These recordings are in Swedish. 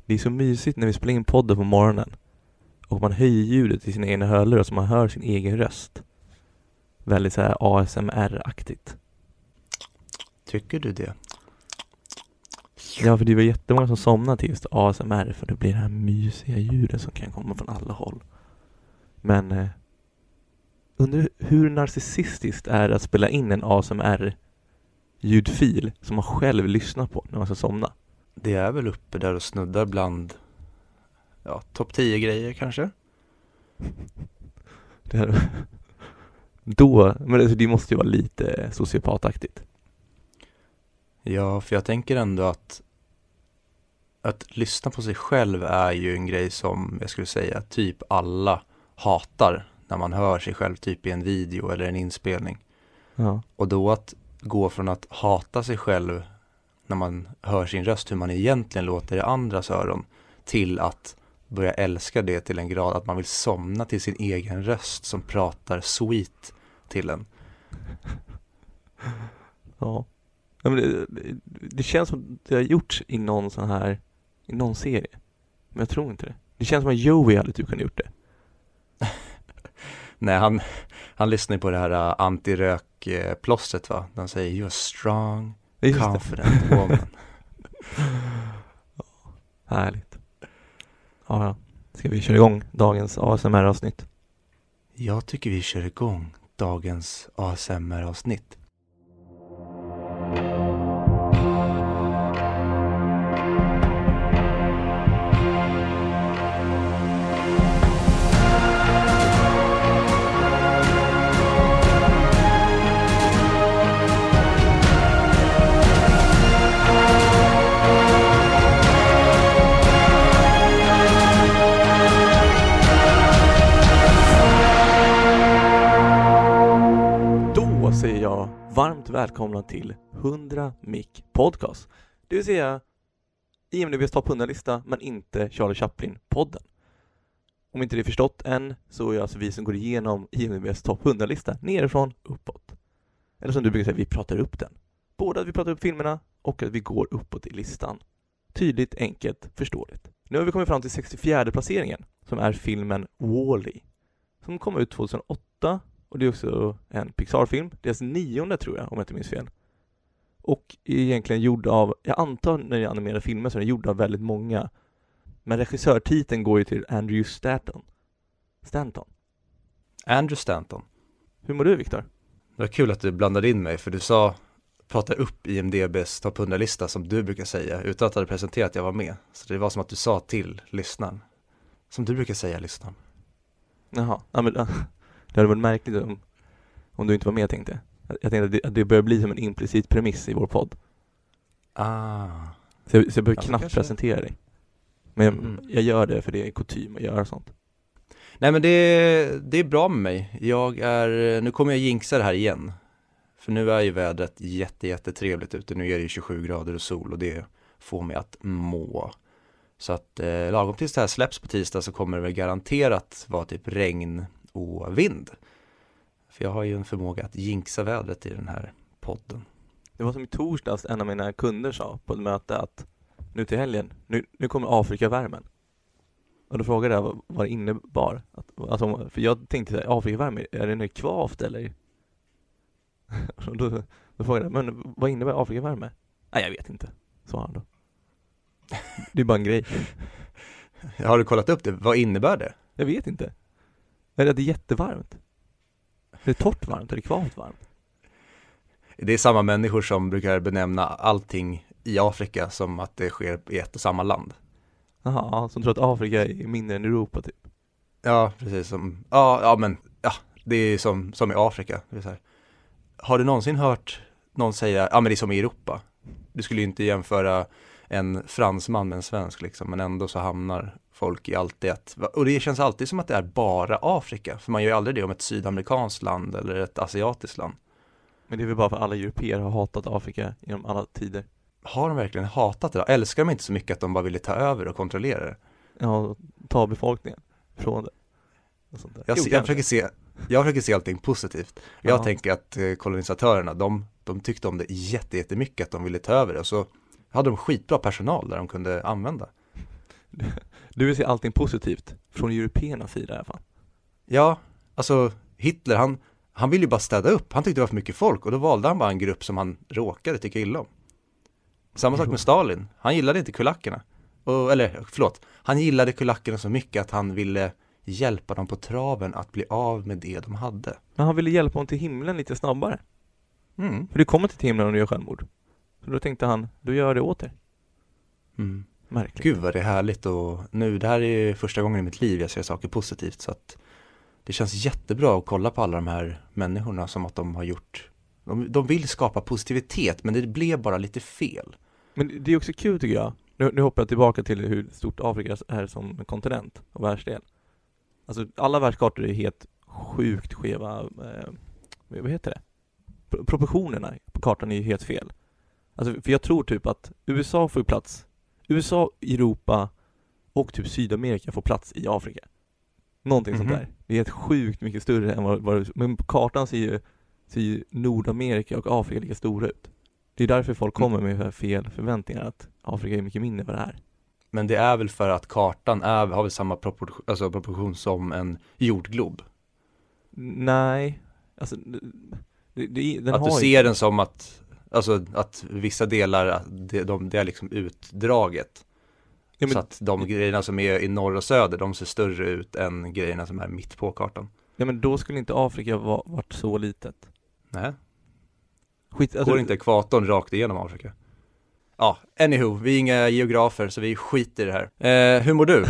Det är så mysigt när vi spelar in podden på morgonen och man höjer ljudet i sina egna hörlurar så man hör sin egen röst. Väldigt så här ASMR-aktigt. Tycker du det? Ja, för det var jättemånga som somnar till just ASMR för det blir det här mysiga ljudet som kan komma från alla håll. Men undrar hur narcissistiskt är det att spela in en ASMR-ljudfil som man själv lyssnar på när man ska somna? Det är väl uppe där och snuddar bland topp 10 grejer kanske. Men det måste ju vara lite sociopataktigt. Ja, för jag tänker ändå att lyssna på sig själv är ju en grej som jag skulle säga typ alla hatar när man hör sig själv typ i en video eller en inspelning. Ja. Och då att gå från att hata sig själv när man hör sin röst, hur man egentligen låter i andras öron, till att börja älska det till en grad att man vill somna till sin egen röst som pratar sweet till en. Ja. Men det känns som att det har gjorts i någon sån här, i någon serie. Men jag tror inte det. Det känns som att Joey hade typ kunnat gjort det. Nej, han lyssnar på det här antirök-plåstret, va? De säger you're strong, confident woman. Härligt. Ja. Ska vi köra igång dagens ASMR-avsnitt? Jag tycker vi kör igång dagens ASMR-avsnitt. Säger jag varmt välkomna till 100 Mic Podcast. Det vill säga IMDb:s topp 100-lista, men inte Charlie Chaplin-podden. Om inte det är förstått än så är det alltså vi som går igenom IMDb:s topp 100-lista nerifrån uppåt. Eller som du brukar säga, vi pratar upp den. Både att vi pratar upp filmerna och att vi går uppåt i listan. Tydligt, enkelt, förståeligt. Nu har vi kommit fram till 64:e placeringen som är filmen Wall-E som kom ut 2008. Och det är också en Pixar-film. Det är alltså 9:e tror jag, om jag inte minns fel. Och är egentligen gjord av, jag antar när det är animerade filmer så är den gjord av väldigt många. Men regissörtiteln går ju till Andrew Stanton. Andrew Stanton. Hur mår du, Viktor? Det var kul att du blandade in mig, för du prata upp IMDb:s topp 100-lista som du brukar säga utan att du hade presenterat att jag var med. Så det var som att du sa till lyssnaren. Som du brukar säga, lyssnaren. Jaha, ja, men det hade varit märkligt om du inte var med, tänkte jag. Jag tänkte att det börjar bli som en implicit premiss i vår podd. Så jag behöver knappt presentera dig. Men jag gör det för det är kutym att göra sånt. Nej, men det är bra med mig. Nu kommer jag jinxa det här igen. För nu är ju vädret jättetrevligt ute. Nu är det ju 27 grader och sol och det får mig att må. Så att lagom tills det här släpps på tisdag så kommer det väl garanterat vara typ regn och vind. För jag har ju en förmåga att jinxa vädret i den här podden. Det var som i torsdags en av mina kunder sa på ett möte att nu till helgen, nu kommer Afrikavärmen. Och då frågade jag vad det innebar. Alltså, för jag tänkte så här, Afrikavärme, är det nu kvavt eller? Och då frågade jag, men vad innebär Afrikavärme? Nej, jag vet inte, sa han då. Det är bara en grej. Har du kollat upp det? Vad innebär det? Jag vet inte. Är det jättevarmt? Är det torrt varmt eller kvavt varmt? Det är samma människor som brukar benämna allting i Afrika som att det sker i ett och samma land. Jaha, som tror att Afrika är mindre än Europa typ. Ja, precis. Det är som i Afrika. Det är så här. Har du någonsin hört någon säga, men det är som i Europa? Du skulle ju inte jämföra en fransman med en svensk liksom, men ändå så hamnar folk i allt det. Och det känns alltid som att det är bara Afrika, för man gör ju aldrig det om ett sydamerikanskt land eller ett asiatiskt land. Men det är väl bara för att alla europeer har hatat Afrika genom alla tider. Har de verkligen hatat det då? Älskar de inte så mycket att de bara ville ta över och kontrollera det? Ja, ta befolkningen från det. Och sånt där. Jag försöker se allting positivt. Jag tänker att kolonisatörerna, de tyckte om det jättemycket att de ville ta över det. Och så hade de skitbra personal där de kunde använda. Du vill se allting positivt från européernas sida i alla fall. Ja, alltså Hitler, han ville ju bara städa upp. Han tyckte det var för mycket folk och då valde han bara en grupp som han råkade tycka illa om. Samma sak med Stalin. Han gillade inte kulackerna. Han gillade kulackerna så mycket att han ville hjälpa dem på traven att bli av med det de hade. Men han ville hjälpa dem till himlen lite snabbare. Mm. För du kommer inte till himlen om du gör självmord. Så då tänkte han, du gör det åt er. Mm. Märkligt. Gud vad det är härligt och nu, det här är första gången i mitt liv jag ser saker positivt så att det känns jättebra att kolla på alla de här människorna som att de har gjort, de vill skapa positivitet men det blev bara lite fel. Men det är också kul tycker jag. Nu hoppar jag tillbaka till hur stort Afrika är som kontinent och världsdel. Alltså alla världskartor är helt sjukt skeva, vad heter det? Proportionerna på kartan är ju helt fel. Alltså, för jag tror typ att USA får plats. USA, Europa och typ Sydamerika får plats i Afrika. Någonting sånt där. Det är helt sjukt mycket större än vad men på kartan ser ju Nordamerika och Afrika lika stora ut. Det är därför folk kommer med fel förväntningar att Afrika är mycket mindre än vad det är. Men det är väl för att kartan har väl samma proportion som en jordglob? Nej. Alltså, den att har du ser den som att vissa delar, det är liksom utdraget. Ja, så att de grejerna som är i norr och söder, de ser större ut än grejerna som är mitt på kartan. Ja, men då skulle inte Afrika varit så litet. Nej. Alltså, går inte ekvatorn rakt igenom Afrika? Ja, anywho, vi är inga geografer så vi skiter i det här. Hur mår du?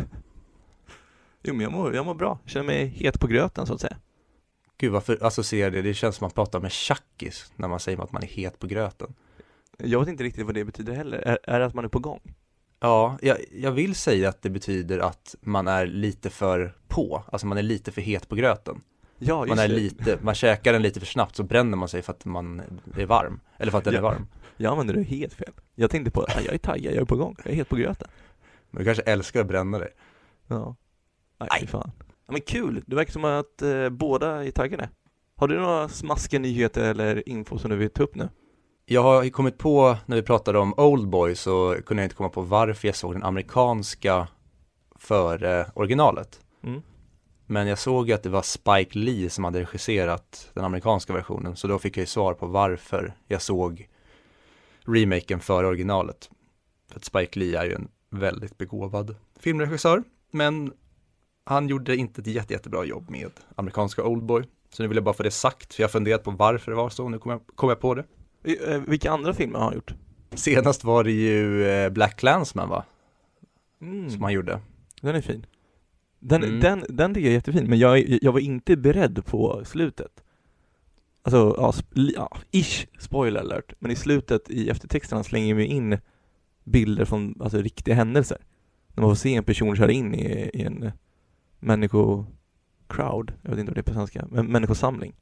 Jo, men jag mår bra. Jag känner mig het på gröten så att säga. Gud, varför associerar det känns som att man pratar med tjackis när man säger att man är het på gröten. Jag vet inte riktigt vad det betyder heller. Är det att man är på gång? Ja, jag vill säga att det betyder att man är lite för på. Alltså man är lite för het på gröten. Ja, just man käkar den lite för snabbt så bränner man sig för att man är varm. Eller för att den är varm. Jag använder det helt fel. Jag tänkte på, jag är taggad, jag är på gång. Jag är het på gröten. Men du kanske älskar att bränna dig. Ja. Nej, fan. Ja, men kul. Det verkar som att båda är taggade. Har du några smaskiga nyheter eller info som du vill ta upp nu? Jag har kommit på, när vi pratade om Oldboy så kunde jag inte komma på varför jag såg den amerikanska före originalet. Mm. Men jag såg att det var Spike Lee som hade regisserat den amerikanska versionen. Så då fick jag ju svar på varför jag såg remaken före originalet. För att Spike Lee är ju en väldigt begåvad filmregissör. Men han gjorde inte ett jättebra jobb med amerikanska Oldboy. Så nu vill jag bara få det sagt. För jag har funderat på varför det var så. Nu kom jag på det. Vilka andra filmer har han gjort? Senast var det ju Black Klansman, va? Som han gjorde. Den är fin. Den tycker jag är jättefin. Men jag var inte beredd på slutet. Alltså, spoiler alert. Men i slutet, i eftertexterna slänger vi in bilder från riktiga händelser. När man får se en person köra in i en människocrowd. Jag vet inte vad det är på svenska. Men människosamling.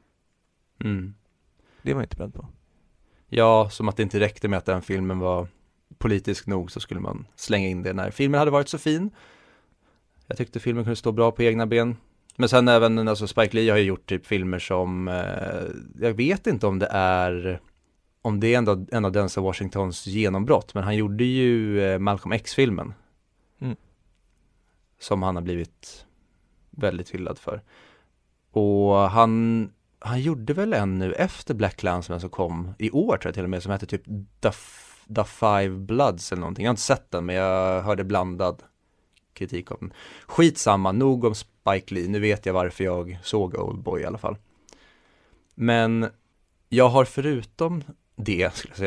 Det var jag inte beredd på. Ja, som att det inte räckte med att den filmen var politisk nog så skulle man slänga in det när filmen hade varit så fin. Jag tyckte filmen kunde stå bra på egna ben. Men sen även, Spike Lee har ju gjort typ filmer som, jag vet inte om det är en av Denzel Washingtons genombrott, men han gjorde ju Malcolm X-filmen. Som han har blivit väldigt hyllad för. Och han gjorde väl en nu efter Black Klansman som kom i år tror jag till och med, som hette typ The Five Bloods eller någonting. Jag har inte sett den, men jag hörde blandad kritik om den. Skitsamma, nog om Spike Lee. Nu vet jag varför jag såg Oldboy i alla fall. Men jag har förutom det,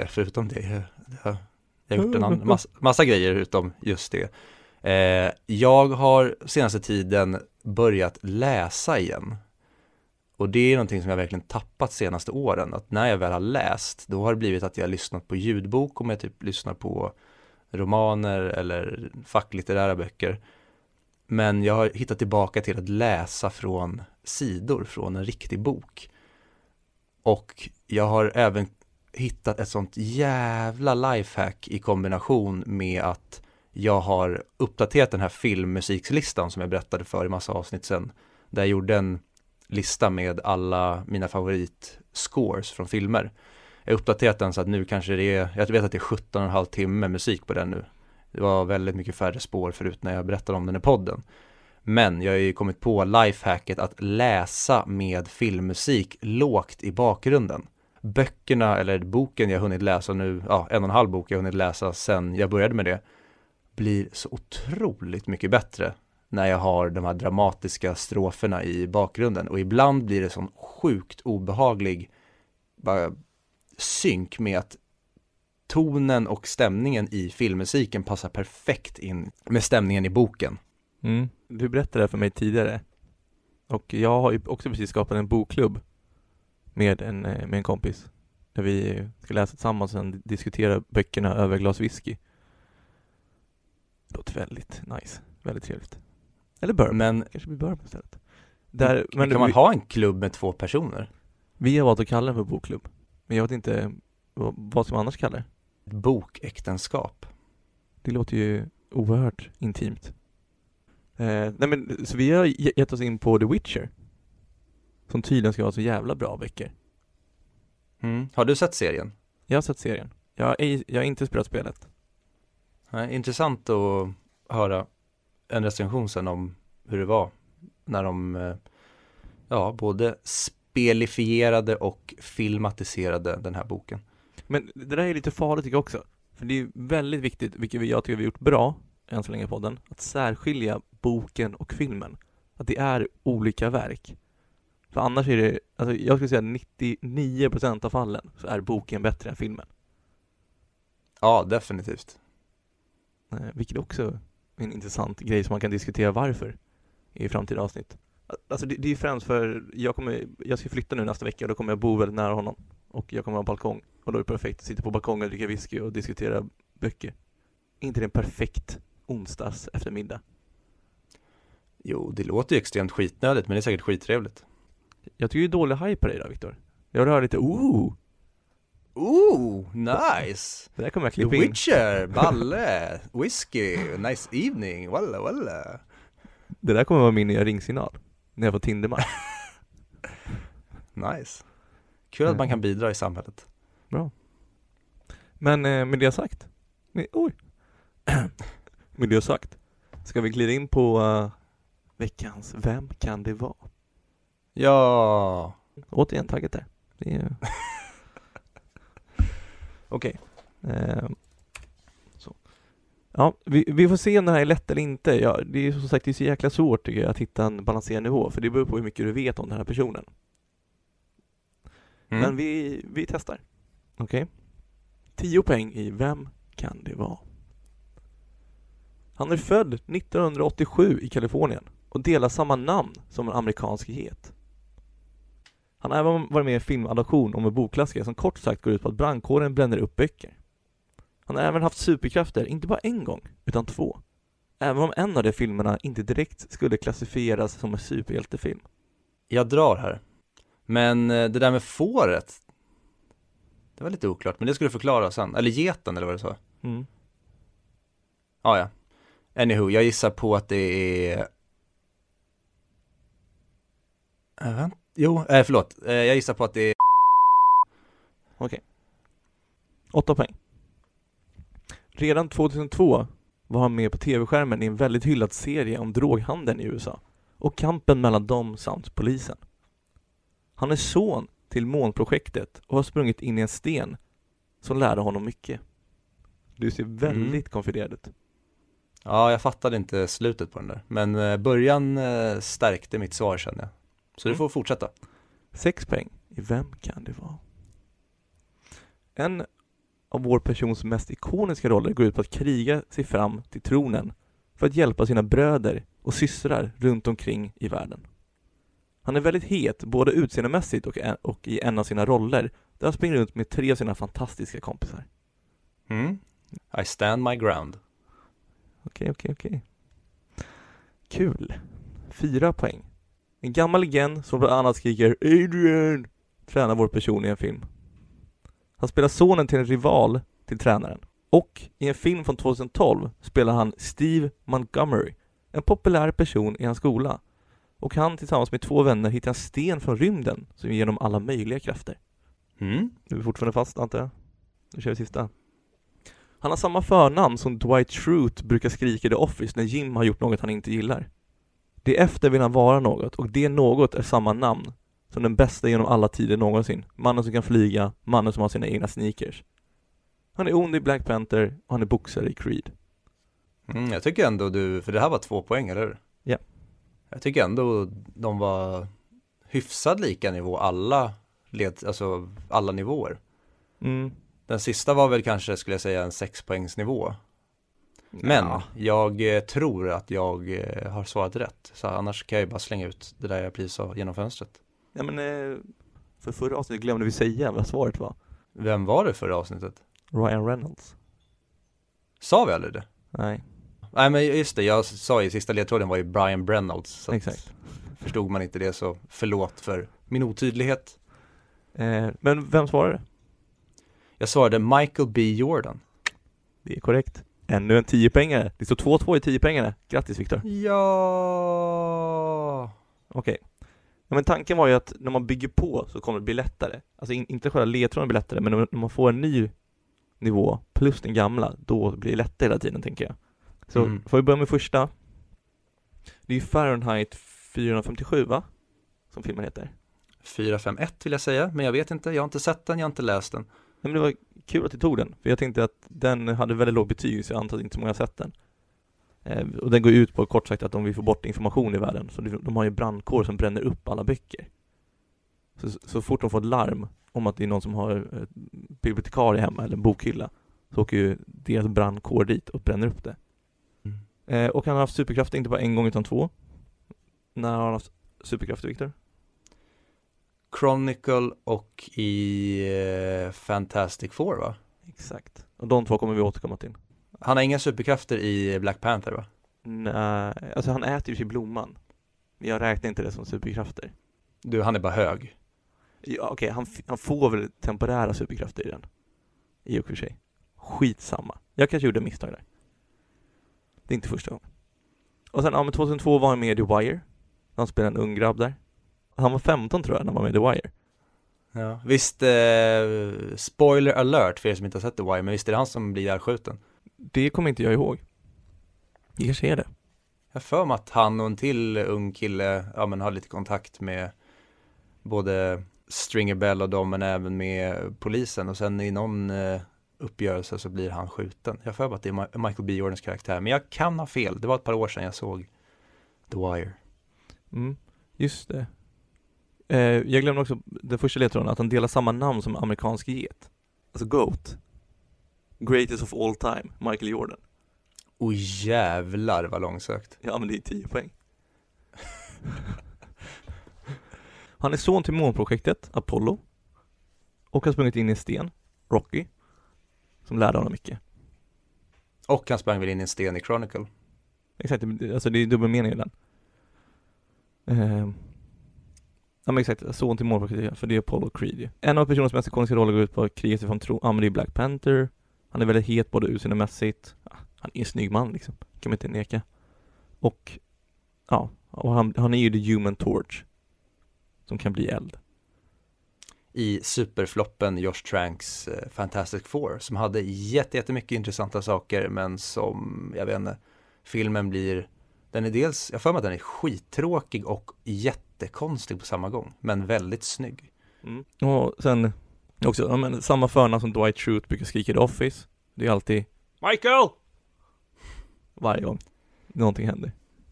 jag har gjort en massa grejer utom just det. Jag har senaste tiden börjat läsa igen. Och det är någonting som jag verkligen tappat senaste åren. Att när jag väl har läst, då har det blivit att jag har lyssnat på ljudbok, om jag typ lyssnar på romaner eller facklitterära böcker. Men jag har hittat tillbaka till att läsa från sidor från en riktig bok. Och jag har även hittat ett sånt jävla lifehack i kombination med att jag har uppdaterat den här filmmusikslistan som jag berättade för i massa avsnitt sen. Där jag gjorde en lista med alla mina favoritscores från filmer. Jag har uppdaterat den så att nu kanske det är, jag vet att det är 17,5 timme musik på den nu. Det var väldigt mycket färre spår förut när jag berättade om den i podden. Men jag har ju kommit på lifehacket att läsa med filmmusik lågt i bakgrunden. Böckerna eller boken jag hunnit läsa nu, 1,5 bok jag hunnit läsa sen jag började med det, blir så otroligt mycket bättre när jag har de här dramatiska stroferna i bakgrunden. Och ibland blir det sån sjukt obehaglig bara synk med att tonen och stämningen i filmmusiken passar perfekt in med stämningen i boken. Du berättade det för mig tidigare. Och jag har ju också precis skapat en bokklubb med en kompis. Där vi ska läsa tillsammans och sen diskutera böckerna över ett glas whisky. Det låter väldigt nice. Väldigt trevligt. Eller bourbon. Men kanske blir bourbon istället. kan man ha en klubb med 2 personer? Vi har valt att kalla den för bokklubb. Men jag vet inte vad som annars kallar det. Bokäktenskap. Det låter ju oerhört intimt. Så vi har gett oss in på The Witcher. Som tydligen ska vara så jävla bra böcker. Har du sett serien? Jag har sett serien. Jag har inte spelat spelet. Intressant att höra en recension sen om hur det var när de både spelifierade och filmatiserade den här boken. Men det där är lite farligt tycker jag också. För det är väldigt viktigt, vilket jag tycker vi har gjort bra än så länge i podden, att särskilja boken och filmen. Att det är olika verk. För annars är det, alltså jag skulle säga 99% av fallen så är boken bättre än filmen. Ja, definitivt. Vilket också är en intressant grej som man kan diskutera varför i framtida avsnitt. Alltså det är främst för jag ska flytta nu nästa vecka och då kommer jag bo väldigt nära honom. Och jag kommer ha en balkong. Och då är det perfekt att sitta på balkongen och dricka whisky och diskutera böcker. Inte det en perfekt onsdags eftermiddag? Jo, det låter ju extremt skitnödigt, men det är säkert skittrevligt. Jag tycker det är dålig hype på dig då, Viktor. Jag hör lite nice. Det där kommer jag klippa The in. Witcher, balle, whisky, nice evening, walla. Det där kommer vara min nya ringsignal när jag får Tindermatch. Nice. Kul att man kan bidra i samhället. Bra. Men med det sagt. Med det sagt. Ska vi glida in på veckans Vem kan det vara? Ja. Återigen tagget där. Det är... Okej. Så. Ja, vi får se om det här är lätt eller inte. Ja, det är som sagt det är så jäkla svårt tycker jag att hitta en balanserad nivå. För det beror på hur mycket du vet om den här personen. Men vi testar. Okej. 10 poäng i Vem kan det vara? Han är född 1987 i Kalifornien och delar samma namn som en amerikansk get. Han har även varit med i en filmadaption om en bokklassiker som kort sagt går ut på att brandkåren bränner upp böcker. Han har även haft superkrafter, inte bara en gång, utan 2. Även om en av de filmerna inte direkt skulle klassifieras som en superhjältefilm. Jag drar här. Men det där med fåret, det var lite oklart, men det skulle förklara sen. Eller geten, eller vad det sa. Ja. Anywho, jag gissar på att det är... jag gissar på att det är... Okej. 8 poäng. Redan 2002 var han med på tv-skärmen i en väldigt hyllad serie om droghandeln i USA och kampen mellan dem samt polisen. Han är son till månprojektet och har sprungit in i en sten som lärde honom mycket. Du ser väldigt konfunderad ut. Ja, jag fattade inte slutet på den där. Men början stärkte mitt svar, känner jag. Så du får fortsätta. 6 poäng. I Vem kan det vara? En av vår persons mest ikoniska roller går ut på att kriga sig fram till tronen för att hjälpa sina bröder och systrar runt omkring i världen. Han är väldigt het, både utseendemässigt och i en av sina roller, där han springer runt med 3 av sina fantastiska kompisar. I stand my ground. Okej. Kul. 4 poäng. En gammal legend som bland annat skriker Adrian tränar vår person i en film. Han spelar sonen till en rival till tränaren. Och i en film från 2012 spelar han Steve Montgomery, en populär person i hans skola. Och han tillsammans med 2 vänner hittar en sten från rymden som ger dem alla möjliga krafter. Du är fortfarande fast, antar jag. Nu kör vi sista. Han har samma förnamn som Dwight Schrute brukar skrika i The Office när Jim har gjort något han inte gillar. Det efter vill han vara något, och det något är samma namn som den bästa genom alla tider någonsin. Mannen som kan flyga, mannen som har sina egna sneakers. Han är ond i Black Panther och han är boxare i Creed. Jag tycker ändå för det här var 2 poäng, eller hur? Ja. Jag tycker ändå de var hyfsad lika nivå, alla nivåer. Den sista var väl kanske, skulle jag säga, en 6-poängsnivå. Men jag tror att jag har svarat rätt. Så annars kan jag ju bara slänga ut det där jag precis sa genom fönstret. Ja, men för förra avsnittet glömde vi säga vad svaret var. Vem var det förra avsnittet? Ryan Reynolds. Sa vi aldrig det? Nej, men just det, jag sa i sista ledtråden var ju Brian Reynolds. Så exakt. Förstod man inte det, så förlåt för min otydlighet. Men vem svarade? Jag svarade Michael B. Jordan. Det är korrekt. Ännu en 10-poängare. Det står 2-2 i 10-poängarna. Grattis, Viktor. Ja. Okej. Ja, men tanken var ju att när man bygger på så kommer det bli lättare. Alltså inte själva ledtråden blir lättare, men när man får en ny nivå plus den gamla, då blir det lättare hela tiden, tänker jag. Så får vi börja med första. Det är ju Fahrenheit 457, va? Som filmen heter. 451 vill jag säga, men jag vet inte. Jag har inte sett den, jag har inte läst den. Men det var kul att du tog den, för jag tänkte att den hade väldigt låg betyg, så jag antar att inte så många har sett den. Och den går ut på, kort sagt, att de vill få bort information i världen. Så de har ju brandkår som bränner upp alla böcker. Så fort de får ett larm om att det är någon som har ett bibliotekarie hemma eller en bokhylla, så åker ju deras brandkår dit och bränner upp det. Och han har haft superkrafter inte bara en gång utan 2. När har han haft superkrafter, Victor? Chronicle och i Fantastic Four, va? Exakt. Och de 2 kommer vi återkomma till. Han har inga superkrafter i Black Panther, va? Nej, alltså han äter ju sig blomman. Jag räknar inte det som superkrafter. Han är bara hög. Ja, okej, han får väl temporära superkrafter i den. I och för sig. Skitsamma. Jag kanske gjorde misstag där. Det är inte första gången. Och sen, men 2002 var han med i The Wire. Han spelade en ung grabb där. Han var 15, tror jag, när han var med i The Wire. Ja, visst, spoiler alert för er som inte har sett The Wire, men visst är det han som blir ihjälskjuten? Det kommer inte jag ihåg. Det kanske är det. Jag för mig att han och en till ung kille har lite kontakt med både Stringer Bell och dem, men även med polisen. Och sen i någon uppgörelse så blir han skjuten. Jag för mig att det är Michael B. Jordans karaktär, men jag kan ha fel. Det var ett par år sedan jag såg The Wire. Just det. Jag glömde också den första ledtråden, att han delar samma namn som amerikansk get. Alltså GOAT. Greatest of all time, Michael Jordan. Jävlar vad långsökt. Ja, men det är 10 poäng. Han är son till månprojektet, Apollo. Och har sprungit in i en sten, Rocky, som lärde honom mycket. Och han sprang väl in i en sten i Chronicle. Exakt, alltså det är dubbelmening i den. Ja, men exakt, son till månprojektet, för det är Apollo Creed ju. En av personernas mest ikoniska roller går ut på kriget ifrån men det är Black Panther. Han är väldigt het både utseendemässigt. Han är en snygg man liksom, kan man inte neka. Och han är ju the Human Torch, som kan bli eld. I superfloppen Josh Tranks Fantastic Four, som hade jättemycket intressanta saker, men som, jag vet inte, filmen blir, den är dels, jag får mig att den är skittråkig och jättekonstig på samma gång, men väldigt snygg. Och sen också, samma förnamn som Dwight Schrute brukar skrika i The Office. Det är alltid Michael! Varje gång någonting händer.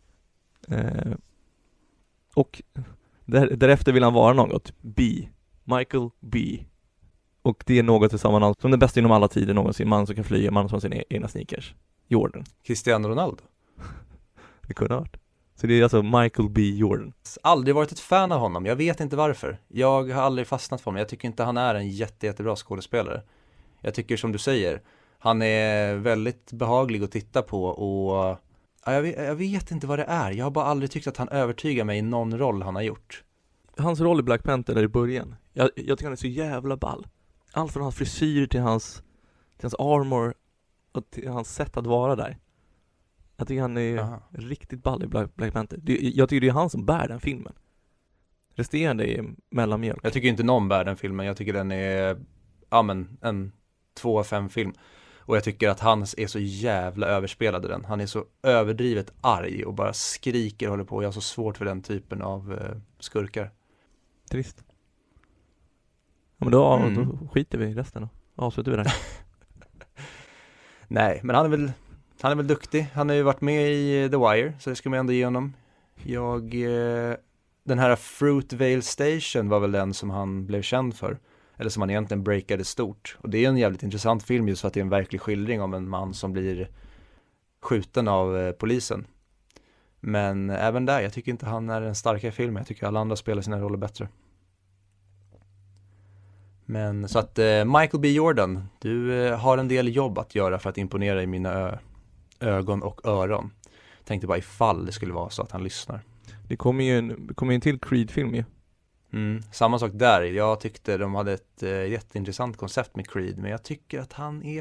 Och därefter vill han vara något. Michael B. Och det är något i samma namn som den bästa inom alla tider någonsin. Man som kan flyga, man som har sina egna sneakers. Jordan. Cristiano Ronaldo. Det kunde ha varit. Så det är alltså Michael B. Jordan. Aldrig varit ett fan av honom. Jag vet inte varför. Jag har aldrig fastnat för honom. Jag tycker inte han är en jättebra skådespelare. Jag tycker, som du säger, han är väldigt behaglig att titta på. Och jag vet inte vad det är. Jag har bara aldrig tyckt att han övertygar mig i någon roll han har gjort. Hans roll i Black Panther där i början, jag tycker han är så jävla ball. Allt från hans frisyr till hans armor och till hans sätt att vara där. Jag tycker han är riktigt ball i Black Panther. Jag tycker det är han som bär den filmen. Resterande är mellanmjölk. Jag tycker inte någon bär den filmen. Jag tycker den är en 2 av 5 film. Och jag tycker att han är så jävla överspelad i den. Han är så överdrivet arg och bara skriker och håller på. Jag har så svårt för den typen av skurkar. Trist. Ja, men då skiter vi i resten då. Avslutar vi där. Nej, men han är väl duktig. Han har ju varit med i The Wire, så det ska man ändå ge honom. Den här Fruitvale Station var väl den som han blev känd för. Eller som han egentligen breakade stort. Och det är en jävligt intressant film just för att det är en verklig skildring om en man som blir skjuten av polisen. Men även där, jag tycker inte han är en starkare film. Jag tycker alla andra spelar sina roller bättre. Men så att Michael B. Jordan, du har en del jobb att göra för att imponera i mina ögon och öron. Tänkte bara ifall det skulle vara så att han lyssnar. Det kommer ju en till Creed-film ju. Samma sak där. Jag tyckte de hade ett jätteintressant koncept med Creed, men jag tycker att han är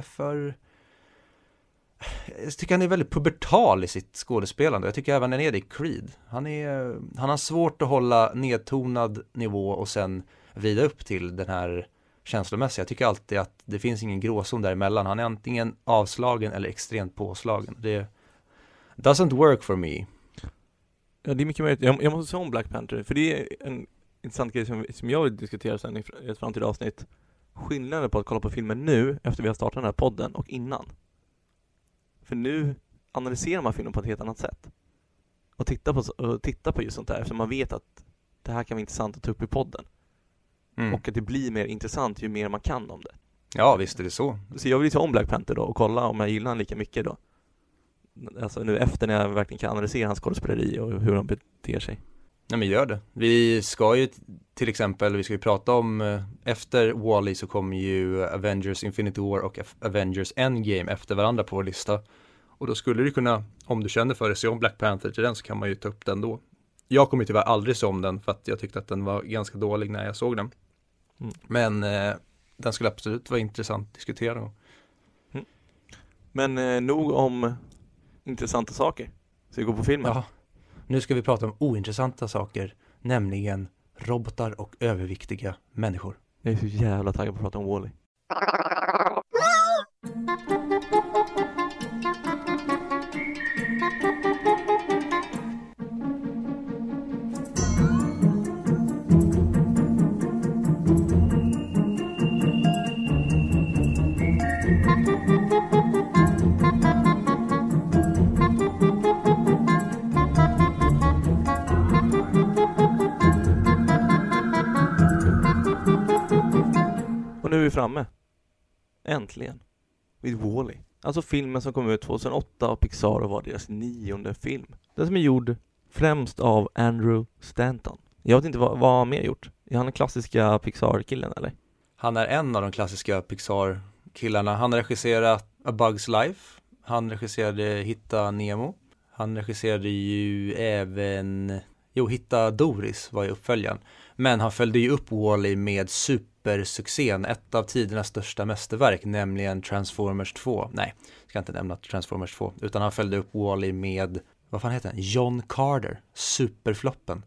väldigt pubertal i sitt skådespelande. Jag tycker även när det är Creed. Han har svårt att hålla nedtonad nivå och sen vrida upp till den här känslomässiga. Jag tycker alltid att det finns ingen gråzon däremellan. Han är antingen avslagen eller extremt påslagen. Det doesn't work for me. Ja, det är mycket möjligt. Jag måste säga om Black Panther, för det är en intressant grej som jag vill diskutera sen i ett framtida avsnitt. Skillnaden på att kolla på filmen nu, efter vi har startat den här podden, och innan. För nu analyserar man filmen på ett helt annat sätt. Och titta på just sånt där, eftersom man vet att det här kan vara intressant att ta upp i podden. Och att det blir mer intressant ju mer man kan om det. Ja, visst är det så. Så jag vill ta om Black Panther då och kolla om jag gillar han lika mycket då. Alltså nu efter när jag verkligen kan analysera hans skådespeleri och hur han beter sig. Ja, men gör det. Vi ska ju till exempel, prata om efter Wall-E så kommer ju Avengers Infinity War och Avengers Endgame efter varandra på vår lista. Och då skulle du kunna, om du känner för det, se om Black Panther till den, så kan man ju ta upp den då. Jag kommer tyvärr aldrig se om den för att jag tyckte att den var ganska dålig när jag såg den. Men den skulle absolut vara intressant att diskutera. Men nog om intressanta saker. Så vi går på filmen. Ja. Nu ska vi prata om ointressanta saker, nämligen robotar och överviktiga människor. Jag är så jävla taggad på att prata om Wall-E. Och nu är vi framme. Äntligen. Vid Wall-E. Alltså filmen som kom ut 2008 av Pixar och var deras 9:e film. Den som är gjord främst av Andrew Stanton. Jag vet inte vad han mer gjort. Är han den klassiska Pixar-killen eller? Han är en av de klassiska Pixar-killarna. Han har regisserat A Bug's Life. Han regisserade Hitta Nemo. Han regisserade ju även... Hitta Doris var ju uppföljaren. Men han följde ju upp Wall-E med supersuccén, ett av tidernas största mästerverk, nämligen Transformers 2. Nej, jag ska inte nämna Transformers 2, utan han följde upp Wall-E med, vad fan heter den? John Carter, superfloppen.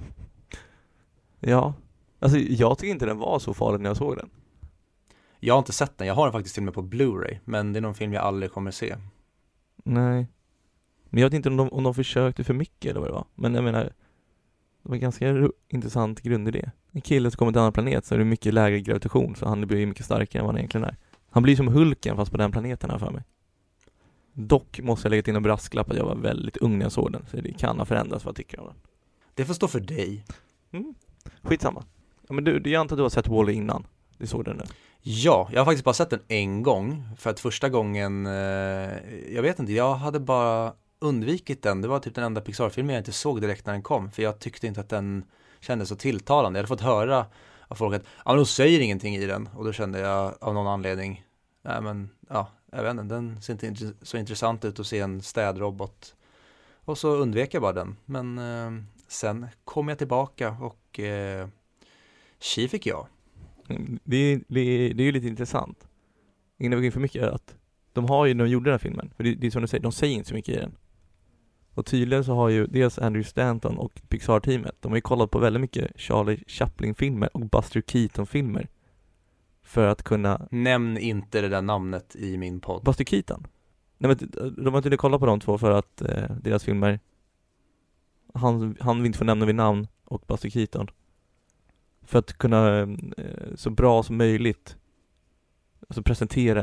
Ja, alltså jag tycker inte den var så farlig när jag såg den. Jag har inte sett den, jag har den faktiskt till och med på Blu-ray, men det är någon film jag aldrig kommer se. Nej, men jag vet inte om de försökte för mycket eller vad det var. Men jag menar, det var en ganska intressant grundidé. En kille som kommer till en annan planet så är det mycket lägre gravitation, så han blir mycket starkare än vad han egentligen är. Han blir som Hulken fast på den planeten här för mig. Dock måste jag lägga till en brasklapp att jag var väldigt ung när jag såg den, så det kan ha förändrats vad jag tycker om den. Det får stå för dig. Skitsamma. Ja, men jag antar att du har sett Wall-E innan. Du såg den nu. Ja, jag har faktiskt bara sett den en gång. För att första gången, jag vet inte, jag hade bara undvikit den. Det var typ den enda Pixar-filmen jag inte såg direkt när den kom. För jag tyckte inte att den kändes så tilltalande. Jag hade fått höra av folk att de säger ingenting i den. Och då kände jag av någon anledning, jag vet inte, den ser inte så intressant ut att se en städrobot. Och så undvek jag bara den. Men sen kom jag tillbaka och tji fick jag. Det är ju lite intressant. Innan vi går in för mycket är att de gjorde den här filmen. För det är som du säger, de säger inte så mycket i den. Och tydligen så har ju dels Andrew Stanton och Pixar-teamet, de har ju kollat på väldigt mycket Charlie Chaplin-filmer och Buster Keaton-filmer för att kunna... Nämn inte det där namnet i min podd. Buster Keaton. Nej, men de har inte kollat på de två för att deras filmer, han vill inte få nämna vid namn, och Buster Keaton, för att kunna så bra som möjligt alltså presentera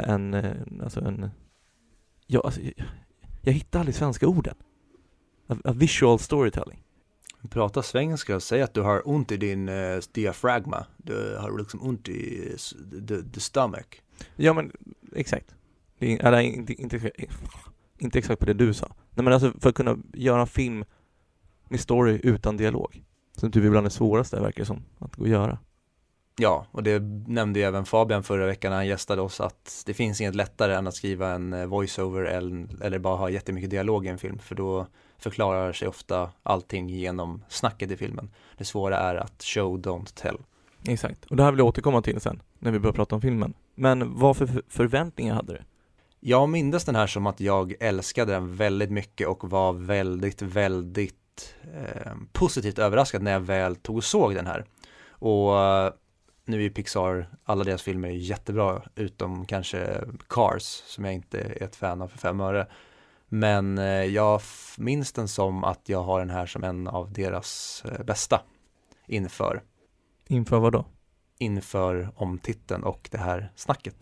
jag hittar aldrig svenska orden. A visual storytelling. Prata svenska och säg att du har ont i din diafragma. Du har liksom ont i the stomach. Ja, men exakt. Det är inte exakt på det du sa. Nej, men alltså för att kunna göra en film med story utan dialog, som typ ibland är svåraste, verkar det som, att gå och göra. Ja, och det nämnde ju även Fabian förra veckan när han gästade oss, att det finns inget lättare än att skriva en voiceover eller bara ha jättemycket dialog i en film, för då förklarar sig ofta allting genom snacket i filmen. Det svåra är att show, don't tell. Exakt, och det här vill jag återkomma till sen när vi börjar prata om filmen. Men vad för förväntningar hade du? Jag minns den här som att jag älskade den väldigt mycket och var väldigt positivt överraskad när jag väl tog och såg den här. Och nu är Pixar, alla deras filmer är jättebra, utom kanske Cars, som jag inte är ett fan av för 5 öre. Men jag minns den som att jag har den här som en av deras bästa inför. Inför vad då? Inför omtiteln och det här snacket.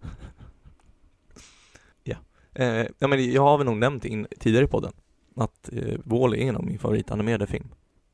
Ja. Men jag har väl nog nämnt tidigare i podden att Wall-E är en av min favoritanimerade film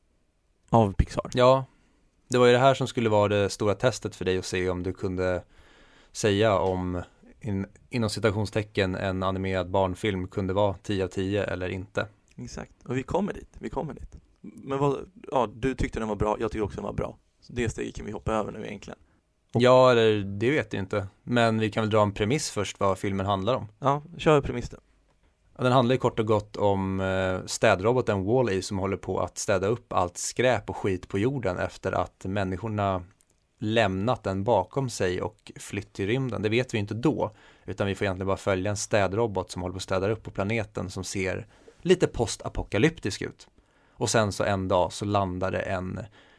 av Pixar. Ja, det var ju det här som skulle vara det stora testet för dig, att se om du kunde säga om inom citationstecken en animerad barnfilm kunde vara 10 av 10 eller inte. Exakt, och vi kommer dit. Men du tyckte den var bra, jag tyckte också den var bra. Så det steget kan vi hoppa över nu egentligen. Ja, eller det vet jag inte. Men vi kan väl dra en premiss först, vad filmen handlar om. Ja, kör premissen. Den handlar kort och gott om städroboten Wall-E som håller på att städa upp allt skräp och skit på jorden efter att människorna lämnat den bakom sig och flytt till rymden. Det vet vi inte då, utan vi får egentligen bara följa en städrobot som håller på att städa upp på planeten, som ser lite postapokalyptisk ut. Och sen så en dag så landar det en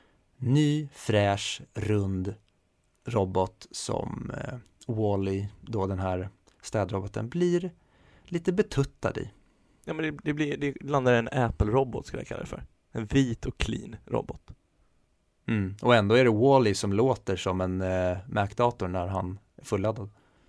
ny, fräsch, rund robot som Wall-E, då den här städroboten, blir lite betuttad i. Ja, men det landar en Apple-robot, skulle jag kalla det för. En vit och clean robot. Och ändå är det Wall-E som låter som en Mac-dator när han är fulladdad.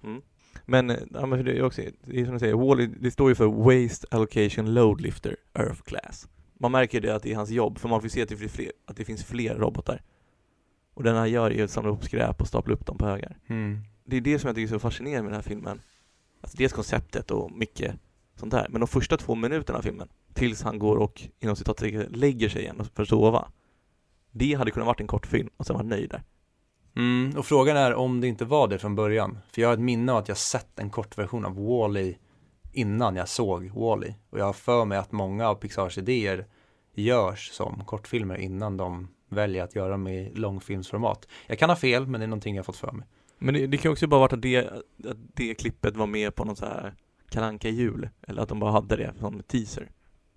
Men det är också, det är som jag säger, Wall-E, det står ju för Waste Allocation Load Lifter Earth Class. Man märker det att det är hans jobb, för man får se att det finns fler robotar. Och den här gör är att samla upp skräp och stapla upp dem på högar. Det är det som jag tycker är så fascinerande med den här filmen. Alltså dels konceptet och mycket sånt där. Men de första 2 minuterna av filmen, tills han går och inom citattecken lägger sig igen för att sova, det hade kunnat varit en kort film och sen var nöjd där. Och frågan är om det inte var det från början. För jag har ett minne av att jag sett en kort version av Wall-E innan jag såg Wall-E. Och jag har för mig att många av Pixars idéer görs som kortfilmer innan de väljer att göra dem i långfilmsformat. Jag kan ha fel, men det är någonting jag har fått för mig. Men det kan också bara vara att det klippet var med på någon så här Kalle Anka jul, eller att de bara hade det som teaser.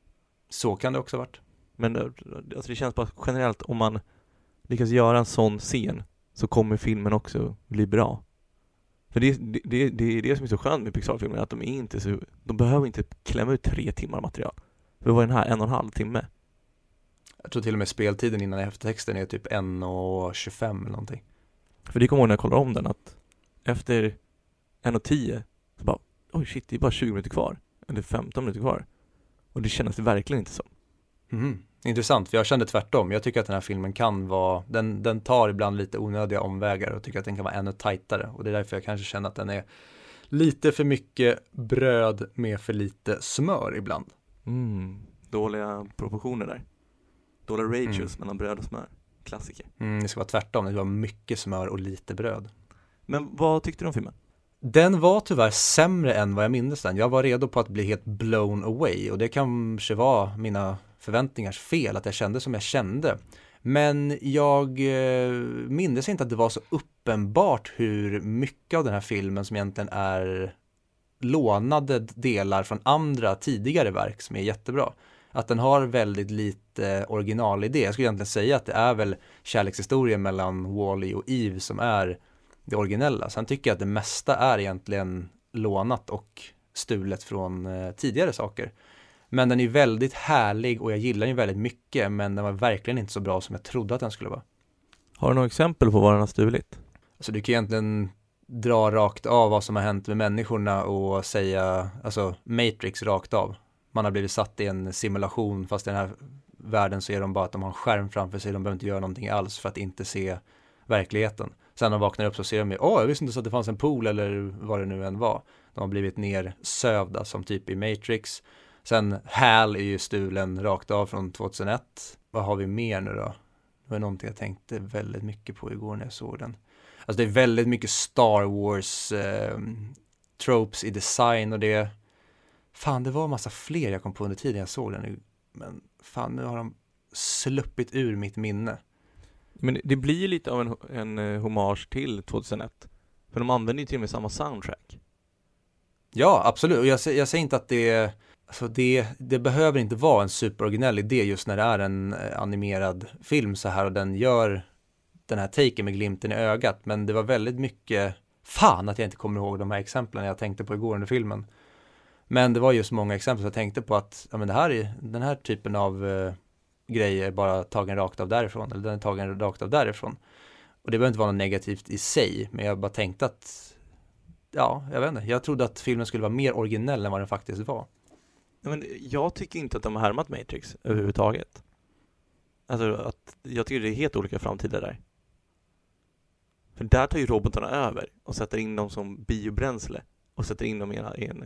Så kan det också ha varit. Men alltså det känns bara generellt, om man lyckas göra en sån scen så kommer filmen också bli bra. För det är det som är så skönt med Pixar-filmer, att de behöver inte klämma ut 3 timmar material. För vad är den här? 1,5 timme? Jag tror till och med speltiden innan eftertexten är typ 1:25 eller någonting. För det kommer ihåg när jag kollar om den, att efter 1:10 så bara, oj shit, det är bara 20 minuter kvar. Eller 15 minuter kvar. Och det känns verkligen inte så. Intressant, för jag kände tvärtom. Jag tycker att den här filmen kan vara, den tar ibland lite onödiga omvägar och tycker att den kan vara ännu tajtare. Och det är därför jag kanske känner att den är lite för mycket bröd med för lite smör ibland. Dåliga proportioner där. Dåliga ratios mellan bröd och smör. Klassiker. Det ska vara tvärtom, det ska vara mycket smör och lite bröd. Men vad tyckte du om filmen? Den var tyvärr sämre än vad jag minns den. Jag var redo på att bli helt blown away. Och det kanske var mina förväntningars fel, att jag kände som jag kände. Men jag minns inte att det var så uppenbart hur mycket av den här filmen som egentligen är lånade delar från andra tidigare verk som är jättebra. Att den har väldigt lite originalidé. Jag skulle egentligen säga att det är väl kärlekshistorien mellan Wall-E och Eve som är det originella. Sen tycker jag att det mesta är egentligen lånat och stulet från tidigare saker. Men den är väldigt härlig och jag gillar den väldigt mycket, men den var verkligen inte så bra som jag trodde att den skulle vara. Har du några exempel på vad den har stulit? Alltså du kan egentligen dra rakt av vad som har hänt med människorna och säga, alltså Matrix rakt av. Man har blivit satt i en simulation, fast i den här världen så är de bara att de har en skärm framför sig, de behöver inte göra någonting alls för att inte se verkligheten. Sen när de vaknar upp så ser de ju, jag visste inte så att det fanns en pool eller vad det nu än var. De har blivit nersövda som typ i Matrix. Sen HAL är ju stulen rakt av från 2001. Vad har vi mer nu då? Det var någonting jag tänkte väldigt mycket på igår när jag såg den. Alltså det är väldigt mycket Star Wars tropes i design och det. Fan, det var en massa fler jag kom på under tiden jag såg den. Men fan, nu har de sluppit ur mitt minne. Men det blir ju lite av en hommage till 2001. För de använder ju till och med samma soundtrack. Ja, absolut. Och jag säger inte att det behöver inte vara en superoriginell idé just när det är en animerad film så här och den gör den här taken med glimten i ögat. Men det var väldigt mycket, fan att jag inte kommer ihåg de här exemplen jag tänkte på igår under filmen. Men det var just många exempel som jag tänkte på att ja, men den här typen av grejer är bara tagen rakt av därifrån. Eller den är tagen rakt av därifrån. Och det behöver inte vara något negativt i sig. Men jag bara tänkte att, ja, jag vet inte. Jag trodde att filmen skulle vara mer originell än vad den faktiskt var. Men jag tycker inte att de har härmat Matrix överhuvudtaget. Alltså jag tycker det är helt olika framtider där. För där tar ju robotarna över och sätter in dem som biobränsle och sätter in dem i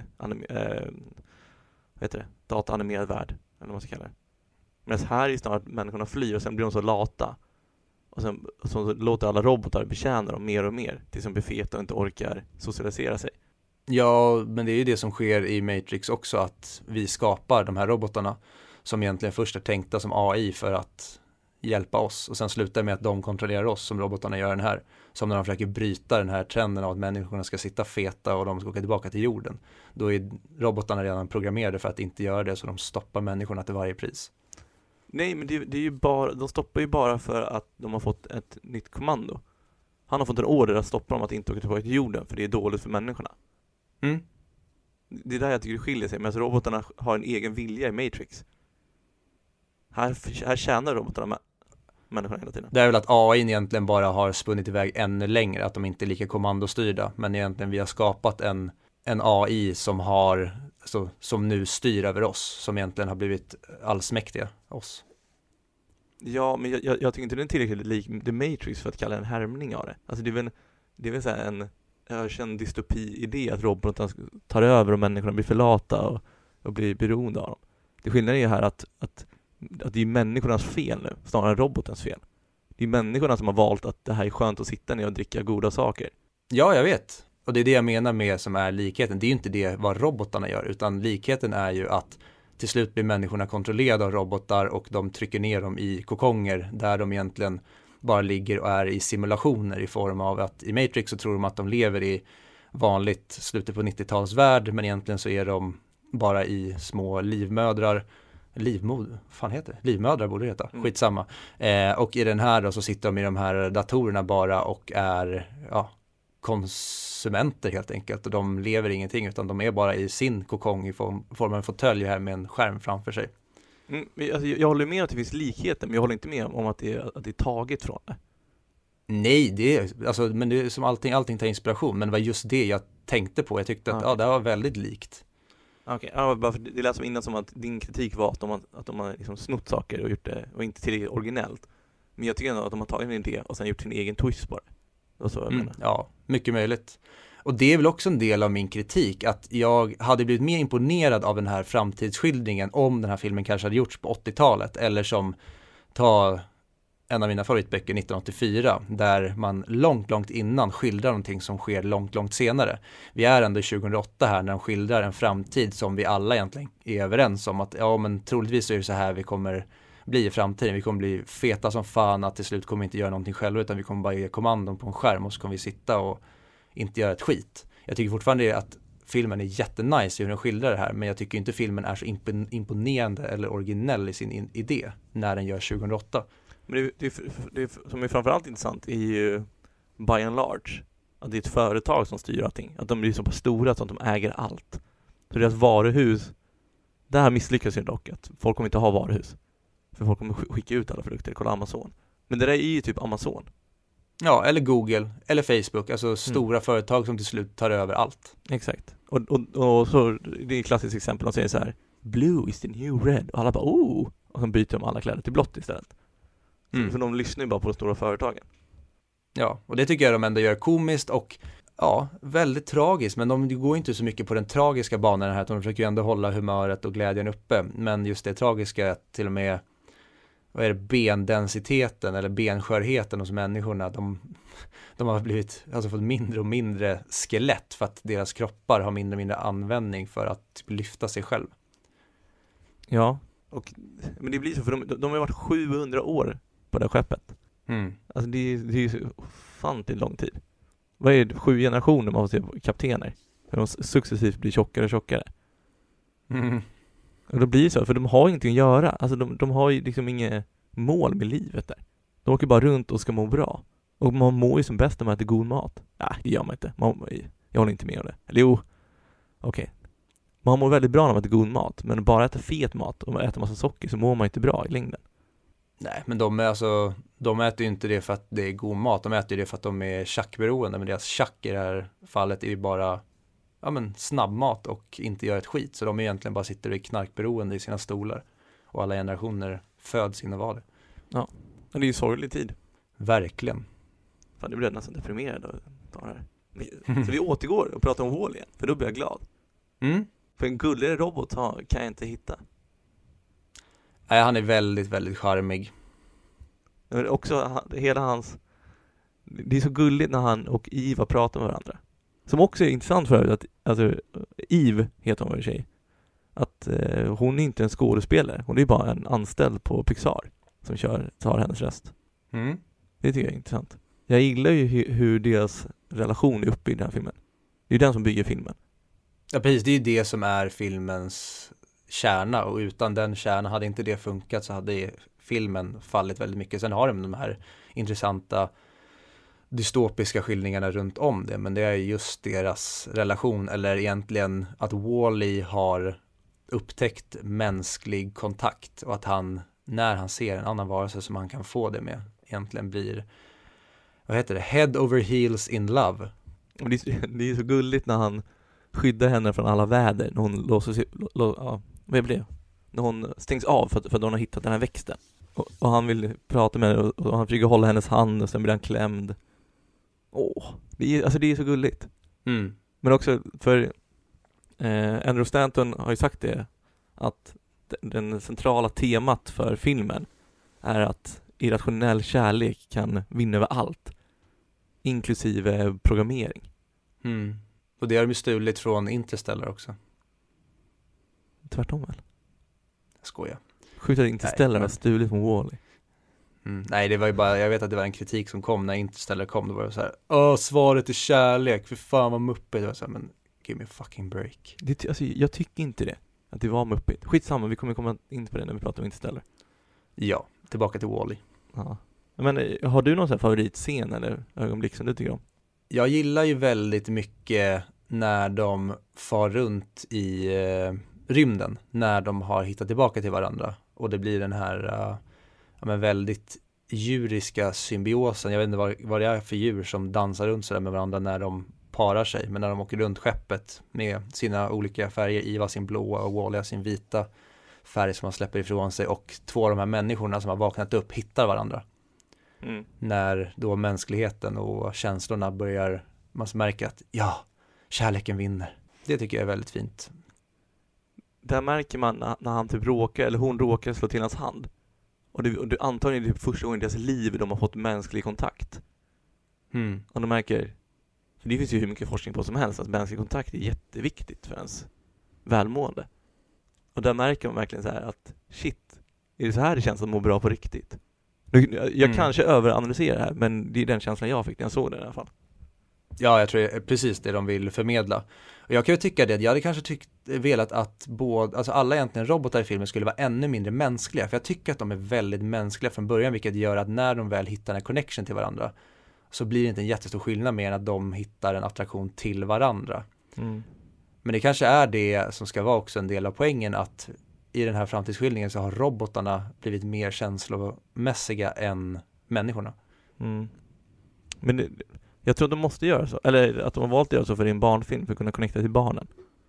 en dataanimerad värld, eller vad man ska kalla det. Men här är snarare att människorna flyr och sen blir de så lata. Och sen så låter alla robotar betjäna dem mer och mer tills de blir feta och inte orkar socialisera sig. Ja, men det är ju det som sker i Matrix också, att vi skapar de här robotarna som egentligen först är tänkta som AI för att hjälpa oss och sen slutar med att de kontrollerar oss som robotarna gör den här. Som när de försöker bryta den här trenden av att människorna ska sitta feta och de ska åka tillbaka till jorden. Då är robotarna redan programmerade för att inte göra det så de stoppar människorna till varje pris. Nej, men det är ju bara, de stoppar ju bara för att de har fått ett nytt kommando. Han har fått en order att stoppa dem att inte åka tillbaka till jorden för det är dåligt för människorna. Mm. Det är där jag tycker det skiljer sig. Men robotarna har en egen vilja i Matrix. Här tjänar robotarna med människorna hela tiden. Det är väl att AI egentligen bara har spunnit iväg ännu längre. Att de inte är lika kommandostyrda. Men egentligen vi har skapat en AI som nu styr över oss. Som egentligen har blivit allsmäktiga oss. Ja, men jag tycker inte det är tillräckligt lik The Matrix för att kalla en härmning av det. Alltså det är väl så här en ökänd dystopi-idé att robotarna tar över och människorna blir för lata och blir beroende av dem. Det skillnaden är ju här att det är människornas fel nu, snarare än robotens fel. Det är människorna som har valt att det här är skönt att sitta ner och dricka goda saker. Ja, jag vet. Och det är det jag menar med som är likheten. Det är ju inte det vad robotarna gör, utan likheten är ju att till slut blir människorna kontrollerade av robotar och de trycker ner dem i kokonger där de egentligen bara ligger och är i simulationer i form av att i Matrix så tror de att de lever i vanligt slutet på 90-talsvärld men egentligen så är de bara i små livmödrar. Livmödrar borde det heta. Skitsamma. Och i den här då så sitter de i de här datorerna bara och är konsumenter helt enkelt. Och de lever ingenting utan de är bara i sin kokong i form av en fåtölj här med en skärm framför sig. Alltså, jag håller med att det finns likheter men jag håller inte med om att det är taget från det. Nej, men det är som allting tar inspiration. Men det var just det jag tänkte på. Jag tyckte att det var väldigt likt. Okej, bara för det lät som innan som att din kritik var att de har liksom snott saker och gjort det och inte tillräckligt originellt. Men jag tycker ändå att de har tagit en idé och sen gjort sin egen twist på det. Och så jag menar. Ja, mycket möjligt. Och det är väl också en del av min kritik att jag hade blivit mer imponerad av den här framtidsskildringen om den här filmen kanske hade gjorts på 80-talet eller som en av mina favoritböcker 1984 där man långt innan skildrar någonting som sker långt senare. Vi är ändå 2008 här när de skildrar en framtid som vi alla egentligen är överens om att men troligtvis är det så här vi kommer bli i framtiden. Vi kommer bli feta som fan att till slut kommer vi inte göra någonting själva utan vi kommer bara ge kommandon på en skärm och så kommer vi sitta och inte göra ett skit. Jag tycker fortfarande att filmen är jättenice hur den skildrar det här men jag tycker inte filmen är så imponerande eller originell i sin idé när den gör 2008. Men det som är framförallt intressant är ju by and large att det är ett företag som styr allting. Att de blir så pass stora så att de äger allt. Så deras varuhus, där misslyckas ju dock att folk kommer inte ha varuhus. För folk kommer skicka ut alla produkter, kolla Amazon. Men det där är ju typ Amazon. Ja, eller Google, eller Facebook, alltså stora företag som till slut tar över allt. Exakt. Och så, det är ett klassiskt exempel, de säger så här: Blue is the new red. Och alla bara, oh! Och så byter de alla kläder till blått istället. För de lyssnar ju bara på de stora företagen. Ja, och det tycker jag de ändå gör komiskt och ja, väldigt tragiskt. Men de går inte så mycket på den tragiska banan här, att de försöker ju ändå hålla humöret och glädjen uppe. Men just det tragiska är att till och med, vad är det, bendensiteten eller benskörheten hos människorna, de har blivit, alltså fått mindre och mindre skelett för att deras kroppar har mindre och mindre användning för att lyfta sig själv. Ja, men det blir så, för de har varit 700 år på det här skeppet. Alltså det är ju så ofantligt lång tid. Vad är det, 7 generationer man får se på kaptener? För de successivt blir tjockare och tjockare. Och då blir det så, för de har ingenting att göra. Alltså de har ju liksom inget mål med livet där. De åker bara runt och ska må bra. Och man mår ju som bäst när man äter god mat. Nej, det gör man inte. Jag håller inte med om det. Eller jo, okej. Man mår väldigt bra när man äter god mat. Men bara äter fet mat och äter massa socker så mår man inte bra i längden. Nej, men de äter ju inte det för att det är god mat. De äter ju det för att de är tjackberoende. Men deras tjack i det här fallet är ju bara snabbmat och inte gör ett skit. Så de egentligen bara sitter i knarkberoende i sina stolar. Och alla generationer föds in och var det. Ja, men det är ju sorglig tid. Verkligen. Fan, det blir nästan deprimerad av det här. Så vi återgår och pratar om Wall igen. För då blir jag glad. För en gulligare robot kan jag inte hitta. Nej, han är väldigt, väldigt charmig. Men också hela hans... Det är så gulligt när han och Eva pratar med varandra. Som också är intressant för att alltså, Eve heter hon, en tjej. Att hon är inte en skådespelare. Hon är bara en anställd på Pixar som tar hennes röst. Det tycker jag är intressant. Jag gillar ju hur deras relation är uppe i den här filmen. Det är den som bygger filmen. Ja, precis. Det är ju det som är filmens kärna. Och utan den kärna, hade inte det funkat så hade filmen fallit väldigt mycket. Sen har de här intressanta dystopiska skildringarna runt om det. Men det är just deras relation. Eller egentligen att Wall-E har upptäckt mänsklig kontakt. Och att han, när han ser en annan varelse som han kan få det med, egentligen blir, vad heter det? Head over heels in love. Och det är så gulligt när han skyddar henne från alla väder. När hon vad blir det? När hon stängs av för att hon har hittat den här växten. Och han vill prata med henne och han försöker hålla hennes hand och sen blir han klämd. Det är så gulligt. Men också för Andrew Stanton har ju sagt det, att den centrala temat för filmen är att irrationell kärlek kan vinna över allt, inklusive programmering. Och det har de stulit från Interstellar också. Tvärtom väl? Jag skojar. Skjuta Interstellar och stulit från Wall-E. Nej, det var ju bara, jag vet att det var en kritik som kom när Interstellar kom. Då var det så här: svaret är kärlek, för fan vad muppigt. Det var så här, men give me a fucking break. Jag tycker inte det, att det var muppigt. Skitsamma, vi kommer komma in på det när vi pratar om Interstellar. Ja, tillbaka till Wall-E. Ja. Men har du någon sån här favoritscen eller ögonblick som du tycker om? Jag gillar ju väldigt mycket när de far runt i rymden, när de har hittat tillbaka till varandra. Och det blir den här väldigt djuriska symbiosen. Jag vet inte vad det är för djur som dansar runt så där med varandra när de parar sig. Men när de åker runt skeppet med sina olika färger, Eva sin blåa och Wall-E sin vita färg som man släpper ifrån sig. Och två av de här människorna som har vaknat upp hittar varandra. När då mänskligheten och känslorna börjar, man märker att kärleken vinner. Det tycker jag är väldigt fint. Där märker man när han typ hon råkar slå till hans hand. Och det antagligen är det första gången i deras liv de har fått mänsklig kontakt. Och de märker, för det finns ju hur mycket forskning på som helst, att mänsklig kontakt är jätteviktigt för ens välmående. Och där märker man verkligen så här att shit, är det så här det känns att må bra på riktigt? Jag kanske överanalyserar det här, men det är den känslan jag fick när jag såg det i alla fall. Ja, jag tror det är precis det de vill förmedla. Och jag kan ju tycka det, jag hade kanske velat att alla egentligen robotar i filmen skulle vara ännu mindre mänskliga. För jag tycker att de är väldigt mänskliga från början, vilket gör att när de väl hittar en connection till varandra, så blir det inte en jättestor skillnad mer än att de hittar en attraktion till varandra. Mm. Men det kanske är det som ska vara också en del av poängen, att i den här framtidsskildringen så har robotarna blivit mer känslomässiga än människorna. Mm. Men jag tror att de måste göra så. Eller att de har valt att göra så för en barnfilm, för att kunna connecta till barnen.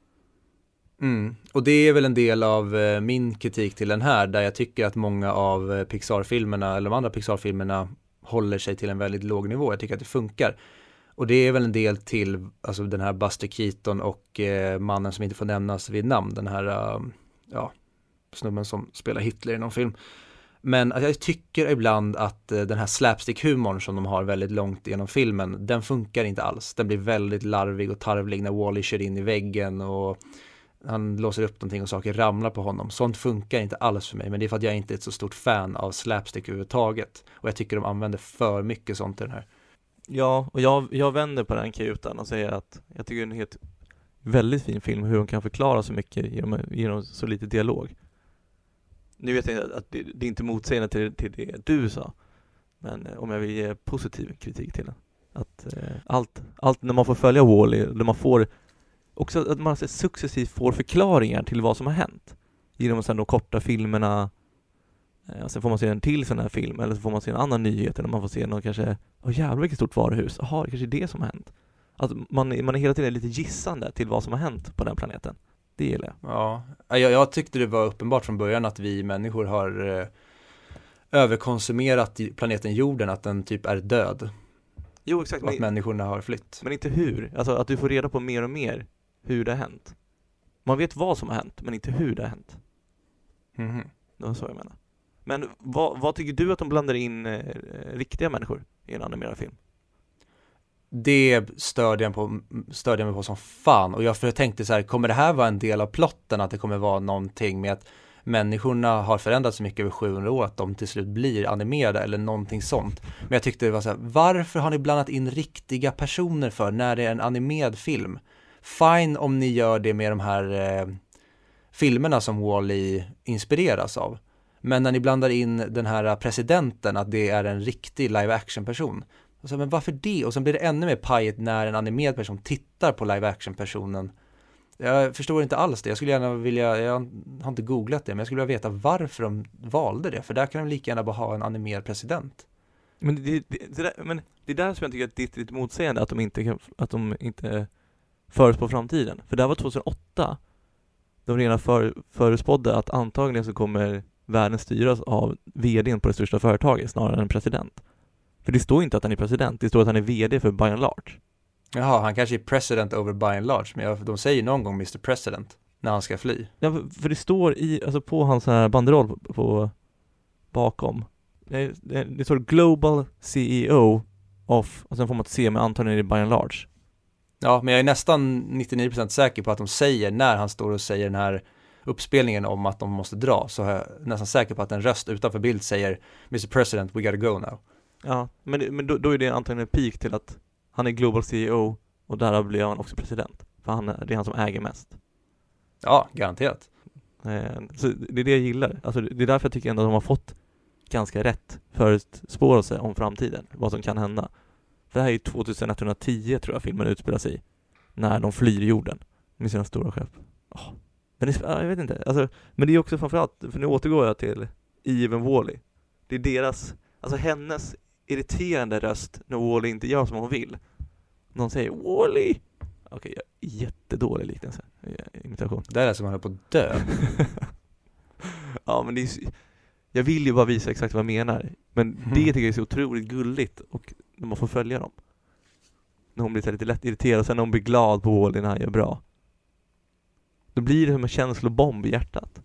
Och det är väl en del av min kritik till den här, där jag tycker att många av Pixar-filmerna eller de andra Pixar-filmerna håller sig till en väldigt låg nivå. Jag tycker att det funkar. Och det är väl en del till alltså den här Buster Keaton och mannen som inte får nämnas vid namn, den här snubben som spelar Hitler i någon film. Men alltså, jag tycker ibland att den här slapstick-humorn som de har väldigt långt genom filmen, den funkar inte alls. Den blir väldigt larvig och tarvlig när Wall-E kör in i väggen och han låser upp någonting och saker ramlar på honom. Sånt funkar inte alls för mig, men det är för att jag inte är ett så stort fan av slapstick överhuvudtaget. Och jag tycker de använder för mycket sånt i den här. Ja, och jag vänder på den kutan och säger att jag tycker det är en helt väldigt fin film, hur de kan förklara så mycket genom så lite dialog. Nu vet jag att det är inte motsägande till det du sa, men om jag vill ge positiv kritik till den. Att allt när man får följa Wall-E, när man får också att man successivt får förklaringar till vad som har hänt genom sen de korta filmerna. Sen får man se en till sån här film, eller så får man se en annan nyhet, eller man får se någon kanske, jävlar vilket stort varuhus, det kanske är det som har hänt. Att man är hela tiden lite gissande till vad som har hänt på den planeten. Det gillar jag. Ja, jag tyckte det var uppenbart från början att vi människor har överkonsumerat planeten jorden, att den typ är död. Jo, exakt. Och att människorna har flytt. Men inte hur. Alltså att du får reda på mer och mer hur det har hänt. Man vet vad som har hänt, men inte hur det har hänt. Det var så jag menar. Men vad tycker du att de blandar in riktiga människor i en animerad film? Det störde jag mig på som fan. Och jag tänkte så här, kommer det här vara en del av plotten? Att det kommer vara någonting med att människorna har förändrats så mycket över 700 år att de till slut blir animerade eller någonting sånt. Men jag tyckte det var så här, varför har ni blandat in riktiga personer för när det är en animerad film? Fine om ni gör det med de här filmerna som Wall-E inspireras av. Men när ni blandar in den här presidenten, att det är en riktig live action person. Så, men varför det? Och sen blir det ännu mer pajigt när en animerad person tittar på live action personen. Jag förstår inte alls det. Jag skulle gärna vilja, jag har inte googlat det, men jag skulle vilja veta varför de valde det. För där kan de lika gärna bara ha en animerad president. Men det är där som jag tycker att det är lite motsägande att de inte förutspår framtiden. För det här var 2008. De redan förutspådde att antagligen så kommer världen styras av vdn på det största företaget snarare än president. För det står inte att han är president, det står att han är vd för By and Large. Jaha, han kanske är president over By and Large, men de säger någon gång Mr. President när han ska fly. Ja, för det står på hans här banderoll på bakom. Det står Global CEO of, och sen får man se med antagligen är det By and Large. Ja, men jag är nästan 99% säker på att de säger, när han står och säger den här uppspelningen om att de måste dra, så är jag nästan säker på att en röst utanför bild säger Mr. President, we gotta go now. Ja, men då är det antagligen en peak till att han är Global CEO och där blir han också president. För det är han som äger mest. Ja, garanterat. Så det är det jag gillar. Alltså det är därför jag tycker ändå att de har fått ganska rätt förutspårelse om framtiden. Vad som kan hända. För det här är 2110 tror jag filmen utspelar sig i. När de flyr jorden med sina stora skepp. Men jag vet inte. Alltså, men det är också framförallt, för nu återgår jag till Eve och Wall-E. Det är deras, alltså hennes irriterande röst när Wall-E inte gör som hon vill. Någon säger Wall-E. Okej, jättedålig liknelse. Imitation. Det är som han är på dö. Ja, men det är, jag vill ju bara visa exakt vad jag menar. Men det tycker jag är så otroligt gulligt. Och när man får följa dem. När hon blir så lite lätt irriterad. Och sen när hon blir glad på Wall-E när han gör bra. Då blir det som en känslobomb i hjärtat.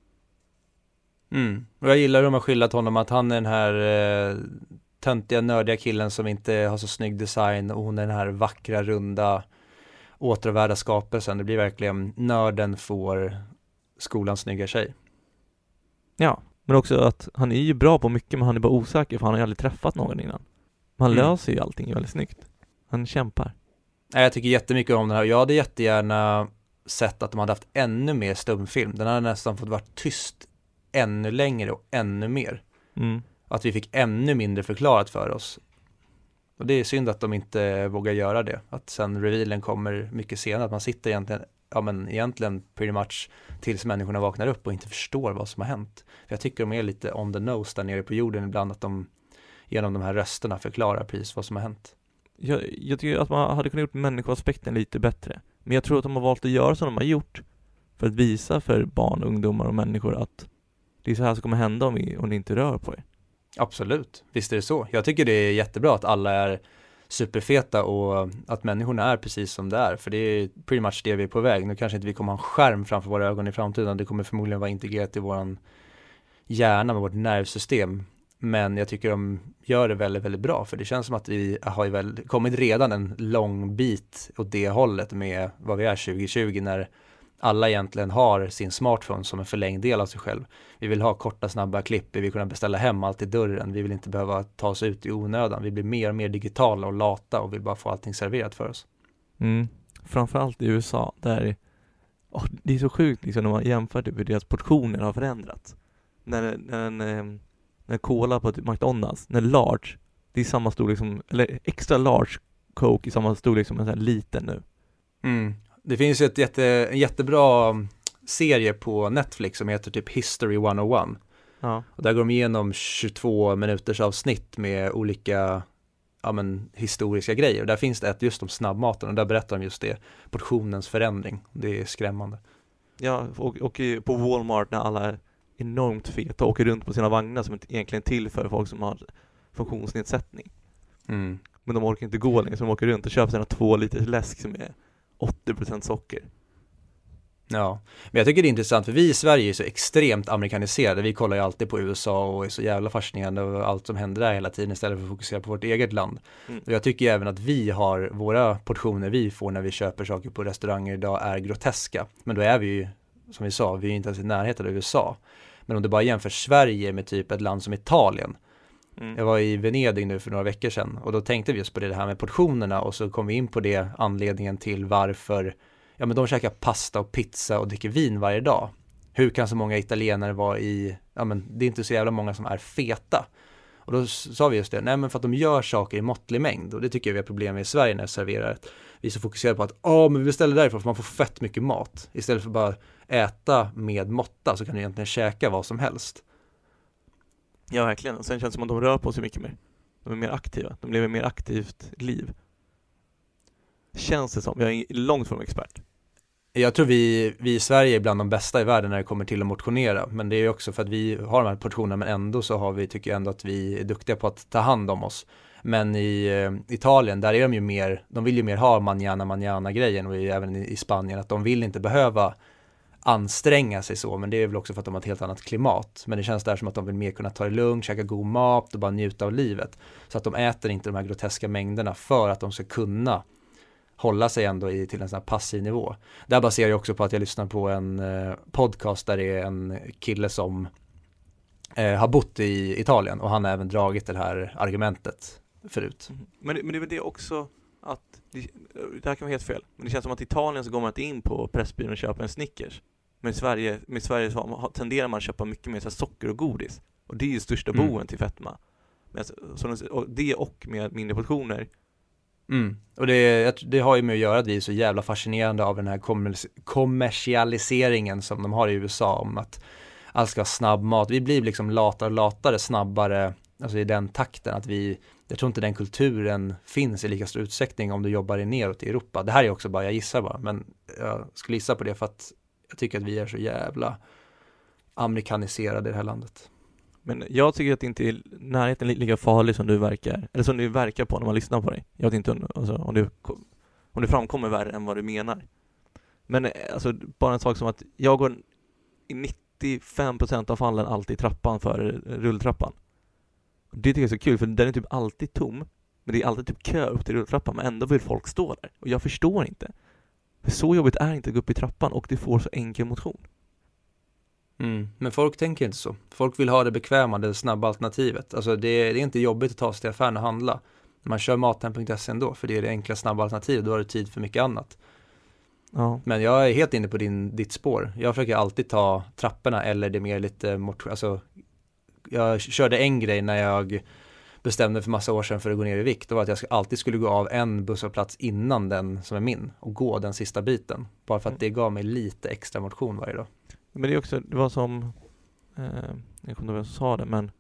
Och jag gillar hur de har skildrat honom, att han är den här töntiga, nördiga killen som inte har så snygg design, och hon är den här vackra, runda, återvärda skapelsen. Det blir verkligen, nörden får skolans snygga tjej. Ja, men också att han är ju bra på mycket, men han är bara osäker för han har ju aldrig träffat någon innan. Han löser ju allting väldigt snyggt. Han kämpar. Jag tycker jättemycket om den här. Jag hade jättegärna sett att de hade haft ännu mer stumfilm. Den hade nästan fått vara tyst ännu längre och ännu mer. Att vi fick ännu mindre förklarat för oss. Och det är synd att de inte vågar göra det. Att sen revealen kommer mycket senare. Att man sitter egentligen pretty much tills människorna vaknar upp och inte förstår vad som har hänt. För jag tycker de är lite on the nose där nere på jorden ibland, att de genom de här rösterna förklarar precis vad som har hänt. Jag tycker att man hade kunnat gjort människoaspekten lite bättre. Men jag tror att de har valt att göra som de har gjort för att visa för barn, ungdomar och människor att det är så här som kommer hända om ni inte rör på er. Absolut, visst är det så. Jag tycker det är jättebra att alla är superfeta och att människorna är precis som det är. För det är pretty much det vi är på väg. Nu kanske inte vi kommer ha en skärm framför våra ögon i framtiden. Det kommer förmodligen vara integrerat i våran hjärna med vårt nervsystem. Men jag tycker de gör det väldigt, väldigt bra. För det känns som att vi har väl kommit redan en lång bit åt det hållet med vad vi är 2020, när alla egentligen har sin smartphone som en förlängd del av sig själv. Vi vill ha korta, snabba klipp, vi vill kunna beställa hem allt i dörren, vi vill inte behöva ta oss ut i onödan, vi blir mer och mer digitala och lata och vill bara få allting serverat för oss. Framförallt i USA, där det är så sjukt liksom, när man jämför hur deras portioner har förändrats. När cola på McDonalds, när large, det är samma storlek som, eller extra large Coke i samma storlek som en sån här liten nu. Det finns ju en jättebra serie på Netflix som heter typ History 101. Ja. Och där går de igenom 22 minuters avsnitt med olika historiska grejer. Och där finns det ett just om snabbmaten och där berättar de just det, portionens förändring. Det är skrämmande. Ja, och på Walmart när alla är enormt feta och åker runt på sina vagnar som egentligen är till för folk som har funktionsnedsättning. Men de orkar inte gå längre, så de åker runt och köper sina 2 liters läsk som är 80% socker. Ja, men jag tycker det är intressant för vi i Sverige är så extremt amerikaniserade. Vi kollar ju alltid på USA och är så jävla fascinerande och allt som händer där hela tiden istället för att fokusera på vårt eget land. Och jag tycker även att vi har våra portioner vi får när vi köper saker på restauranger idag är groteska. Men då är vi ju, som vi sa, vi är inte ens i närheten av USA. Men om du bara jämför Sverige med typ ett land som Italien. Jag var i Venedig nu för några veckor sedan och då tänkte vi just på det här med portionerna och så kom vi in på det anledningen till varför men de käkar pasta och pizza och dricker vin varje dag. Hur kan så många italienare vara det är inte så jävla många som är feta. Och då sa vi just det, nej men för att de gör saker i måttlig mängd och det tycker jag vi har problem med i Sverige när jag serverar. Vi är så fokuserade på att men vi beställer därifrån för man får fett mycket mat. Istället för bara äta med måtta så kan du egentligen käka vad som helst. Ja, verkligen. Och sen känns det som att de rör på sig mycket mer. De är mer aktiva. De lever mer aktivt liv. Känns det som. Jag är långt från expert. Jag tror vi i Sverige är bland de bästa i världen när det kommer till att motionera. Men det är också för att vi har de här portionerna men ändå så har vi, tycker jag ändå att vi är duktiga på att ta hand om oss. Men i Italien, där är de ju mer, de vill ju mer ha manana-grejen och även i Spanien att de vill inte behöva anstränga sig så, men det är väl också för att de har ett helt annat klimat. Men det känns där som att de vill mer kunna ta det lugnt, käka god mat och bara njuta av livet. Så att de äter inte de här groteska mängderna för att de ska kunna hålla sig ändå till en sån här passiv nivå. Där baserar jag också på att jag lyssnar på en podcast där det är en kille som har bott i Italien och han har även dragit det här argumentet förut. Men det är väl det också att det här kan vara helt fel. Men det känns som att i Italien så går man inte in på Pressbyrån och köper en Snickers. Men i Sverige så tenderar man att köpa mycket mer så här socker och godis. Och det är ju största boven till fetma. Men och det och med mindre portioner. Och det har ju med att göra att vi är så jävla fascinerande av den här kommersialiseringen som de har i USA om att allt ska vara snabb mat. Vi blir liksom latare, snabbare, alltså i den takten att jag tror inte den kulturen finns i lika stor utsträckning om du jobbar neråt i Europa. Det här är också bara, jag gissar bara, men jag skulle gissa på det för att jag tycker att vi är så jävla amerikaniserade i det här landet. Men jag tycker att det inte är närheten lika farlig som du verkar, eller som du verkar på när man lyssnar på dig. Jag vet inte om det framkommer värre än vad du menar. Men alltså, bara en sak som att jag går i 95% av fallen alltid i trappan för rulltrappan. Det tycker jag är så kul, för den är typ alltid tom, men det är alltid typ kö upp till rulltrappan, men ändå vill folk stå där. Och jag förstår inte. För så jobbigt är inte att gå upp i trappan och det får så enkel motion. Men folk tänker inte så. Folk vill ha det bekväma, det snabba alternativet. Alltså det är inte jobbigt att ta sig till affären och handla. Man kör mathem.se ändå, för det är det enkla snabba alternativet. Då har du tid för mycket annat. Ja. Men jag är helt inne på ditt spår. Jag försöker alltid ta trapporna eller det mer lite jag körde en grej när jag bestämde för massa år sedan för att gå ner i vikt, då var att jag alltid skulle gå av en busshållplats innan den som är min och gå den sista biten. Bara för att det gav mig lite extra motion varje dag. Men det är också, det var som, jag kommer inte ihåg vem som sa det, men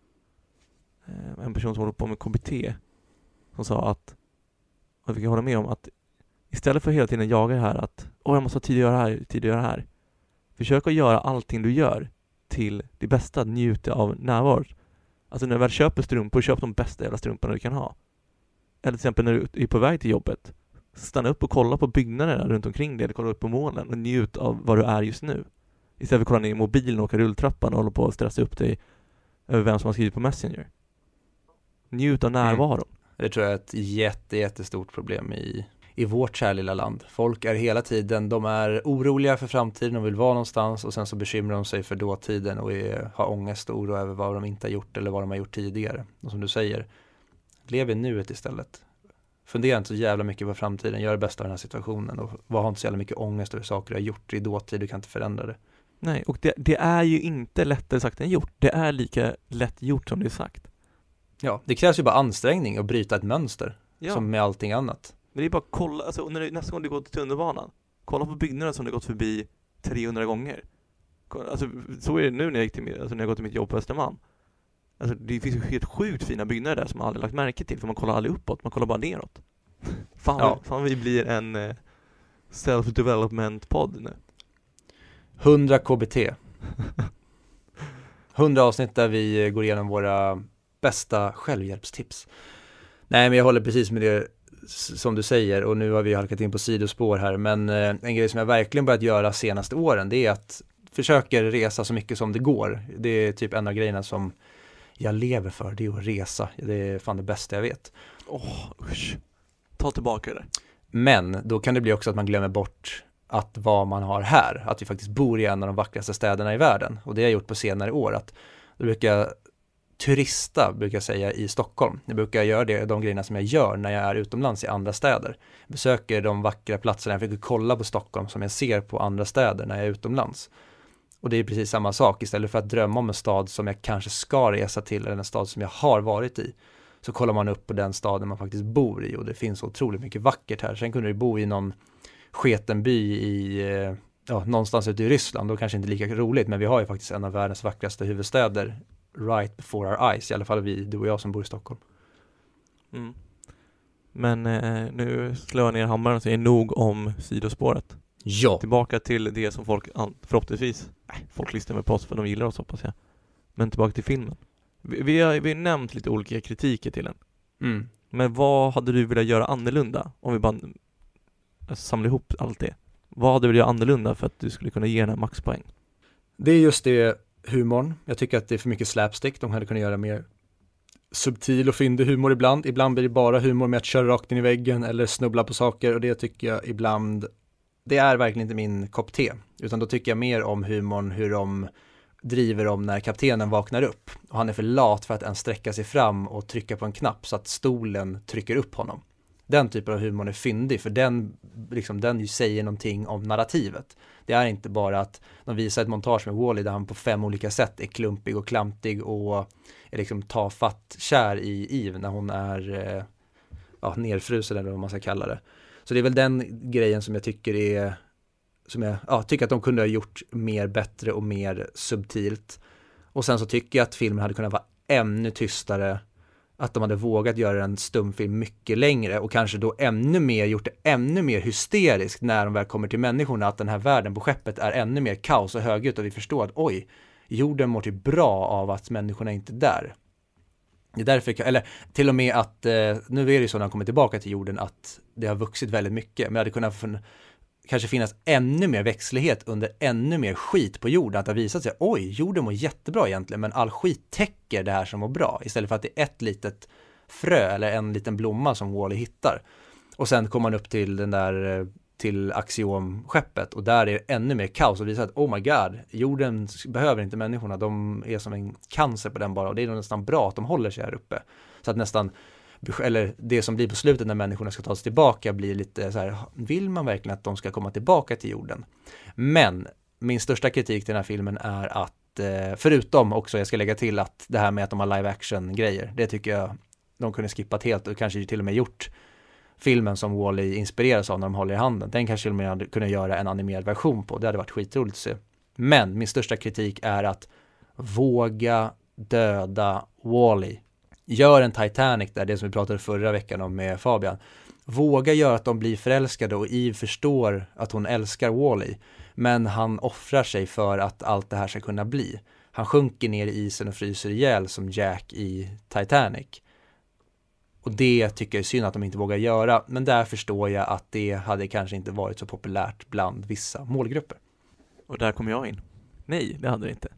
en person som håller på med KBT som sa att, och vi kan hålla med om att istället för hela tiden jaga det här att jag måste ha tid att göra det här. Försök att göra allting du gör till det bästa, njuta av närvaro. Alltså när du väl köper strumpor, köp de bästa jävla strumporna du kan ha. Eller till exempel när du är på väg till jobbet, stanna upp och kolla på byggnaderna runt omkring dig, eller kolla upp på molnen och njut av vad du är just nu. Istället för att kolla ner i mobilen och åka rulltrappan och hålla på att stressa upp dig över vem som har skrivit på Messenger. Njut av närvaron. Det tror jag är ett jättestort problem i vårt kära lilla land. Folk är hela tiden, de är oroliga för framtiden och vill vara någonstans, och sen så bekymrar de sig för dåtiden och har ångest och oro över vad de inte har gjort eller vad de har gjort tidigare. Och som du säger, lev i nuet istället. Fundera inte så jävla mycket på framtiden, gör det bästa av den här situationen och ha inte så jävla mycket ångest över saker du har gjort i dåtid, du kan inte förändra det. Nej, och det är ju inte lättare sagt än gjort. Det är lika lätt gjort som det är sagt. Ja, det krävs ju bara ansträngning och bryta ett mönster, som med allting annat. Men det är bara att kolla, alltså, nästa gång du går till tunnelbanan, kolla på byggnaderna som du gått förbi 300 gånger. Alltså, så är det nu när jag går till mitt jobb på Östermalm. Alltså, det finns ju helt sjukt fina byggnader där som man aldrig lagt märke till, för man kollar aldrig uppåt, man kollar bara neråt. Fan vi blir en self-development-podd nu. 100 KBT. 100 avsnitt där vi går igenom våra bästa självhjälpstips. Nej, men jag håller precis med det som du säger, och nu har vi halkat in på sidospår här, men en grej som jag verkligen börjat göra senaste åren, det är att försöka resa så mycket som det går. Det är typ en av grejerna som jag lever för, det är att resa. Det är fan det bästa jag vet. Usch. Ta tillbaka det. Men då kan det bli också att man glömmer bort att vad man har här, att vi faktiskt bor i en av de vackraste städerna i världen. Och det har jag gjort på senare år, att då brukar jag säga i Stockholm. Jag brukar göra de grejerna som jag gör när jag är utomlands i andra städer. Jag besöker de vackra platserna, jag försöker kolla på Stockholm som jag ser på andra städer när jag är utomlands. Och det är precis samma sak, istället för att drömma om en stad som jag kanske ska resa till eller en stad som jag har varit i, så kollar man upp på den staden man faktiskt bor i, och det finns otroligt mycket vackert här. Sen kunde du bo i någon sketen by i någonstans ute i Ryssland, då kanske inte lika roligt, men vi har ju faktiskt en av världens vackraste huvudstäder right before our eyes, i alla fall du och jag som bor i Stockholm. Mm. Men nu slår jag ner hammaren och säger nog om sidospåret. Ja. Tillbaka till det som folk förhoppningsvis, folk lyssnar med på oss för de gillar oss, hoppas jag. Men tillbaka till filmen. Vi har nämnt lite olika kritiker till den. Mm. Men vad hade du velat göra annorlunda om vi bara samlar ihop allt det? Vad hade du velat göra annorlunda för att du skulle kunna ge den här maxpoäng? Det är just det, humorn. Jag tycker att det är för mycket slapstick. De hade kunnat göra mer subtil och fyndig humor ibland. Ibland blir det bara humor med att köra rakt in i väggen eller snubbla på saker, och det tycker jag ibland, det är verkligen inte min kopp te. Utan då tycker jag mer om humorn, hur de driver om när kaptenen vaknar upp och han är för lat för att ens sträcka sig fram och trycka på en knapp så att stolen trycker upp honom. Den typen av humor är fyndig, för den ju säger någonting om narrativet. Det är inte bara att de visar ett montage med Wall-E där han på 5 olika sätt är klumpig och klantig och är liksom tafatt kär i Eve när hon är nerfrusen eller vad man ska kalla det. Så det är väl den grejen som jag tycker tycker att de kunde ha gjort mer bättre och mer subtilt. Och sen så tycker jag att filmen hade kunnat vara ännu tystare, att de hade vågat göra en stumfilm mycket längre och kanske då gjort det ännu mer hysteriskt när de väl kommer till människorna, att den här världen på skeppet är ännu mer kaos och högljutt och vi förstår att jorden mår till bra av att människorna inte är där. Det är därför, eller till och med att nu är det ju så när de kommer tillbaka till jorden att det har vuxit väldigt mycket, men det hade kunnat kanske finnas ännu mer växtlighet under ännu mer skit på jorden, att det har visat sig, jorden mår jättebra egentligen, men all skit täcker det här som mår bra, istället för att det är ett litet frö eller en liten blomma som Wall-E hittar. Och sen kommer man upp till till Axiom-skeppet och där är det ännu mer kaos och visar att oh my god, jorden behöver inte människorna, de är som en cancer på den bara, och det är nästan bra att de håller sig här uppe. Så att eller det som blir på slutet när människorna ska ta sig tillbaka blir lite så här, vill man verkligen att de ska komma tillbaka till jorden? Men min största kritik till den här filmen är att förutom också, jag ska lägga till att det här med att de har live action grejer, det tycker jag de kunde skippat helt och kanske till och med gjort filmen som Wall-E inspireras av när de håller i handen. Den kanske till och med hade kunnat göra en animerad version på. Det hade varit skitroligt att se. Men min största kritik är att våga döda Wall-E. Gör en Titanic där, det som vi pratade förra veckan om med Fabian. Våga göra att de blir förälskade och Eve förstår att hon älskar Wall-E. Men han offrar sig för att allt det här ska kunna bli. Han sjunker ner i isen och fryser ihjäl som Jack i Titanic. Och det tycker jag är synd att de inte vågar göra. Men där förstår jag att det hade kanske inte varit så populärt bland vissa målgrupper. Och där kommer jag in. Nej, det hade det inte.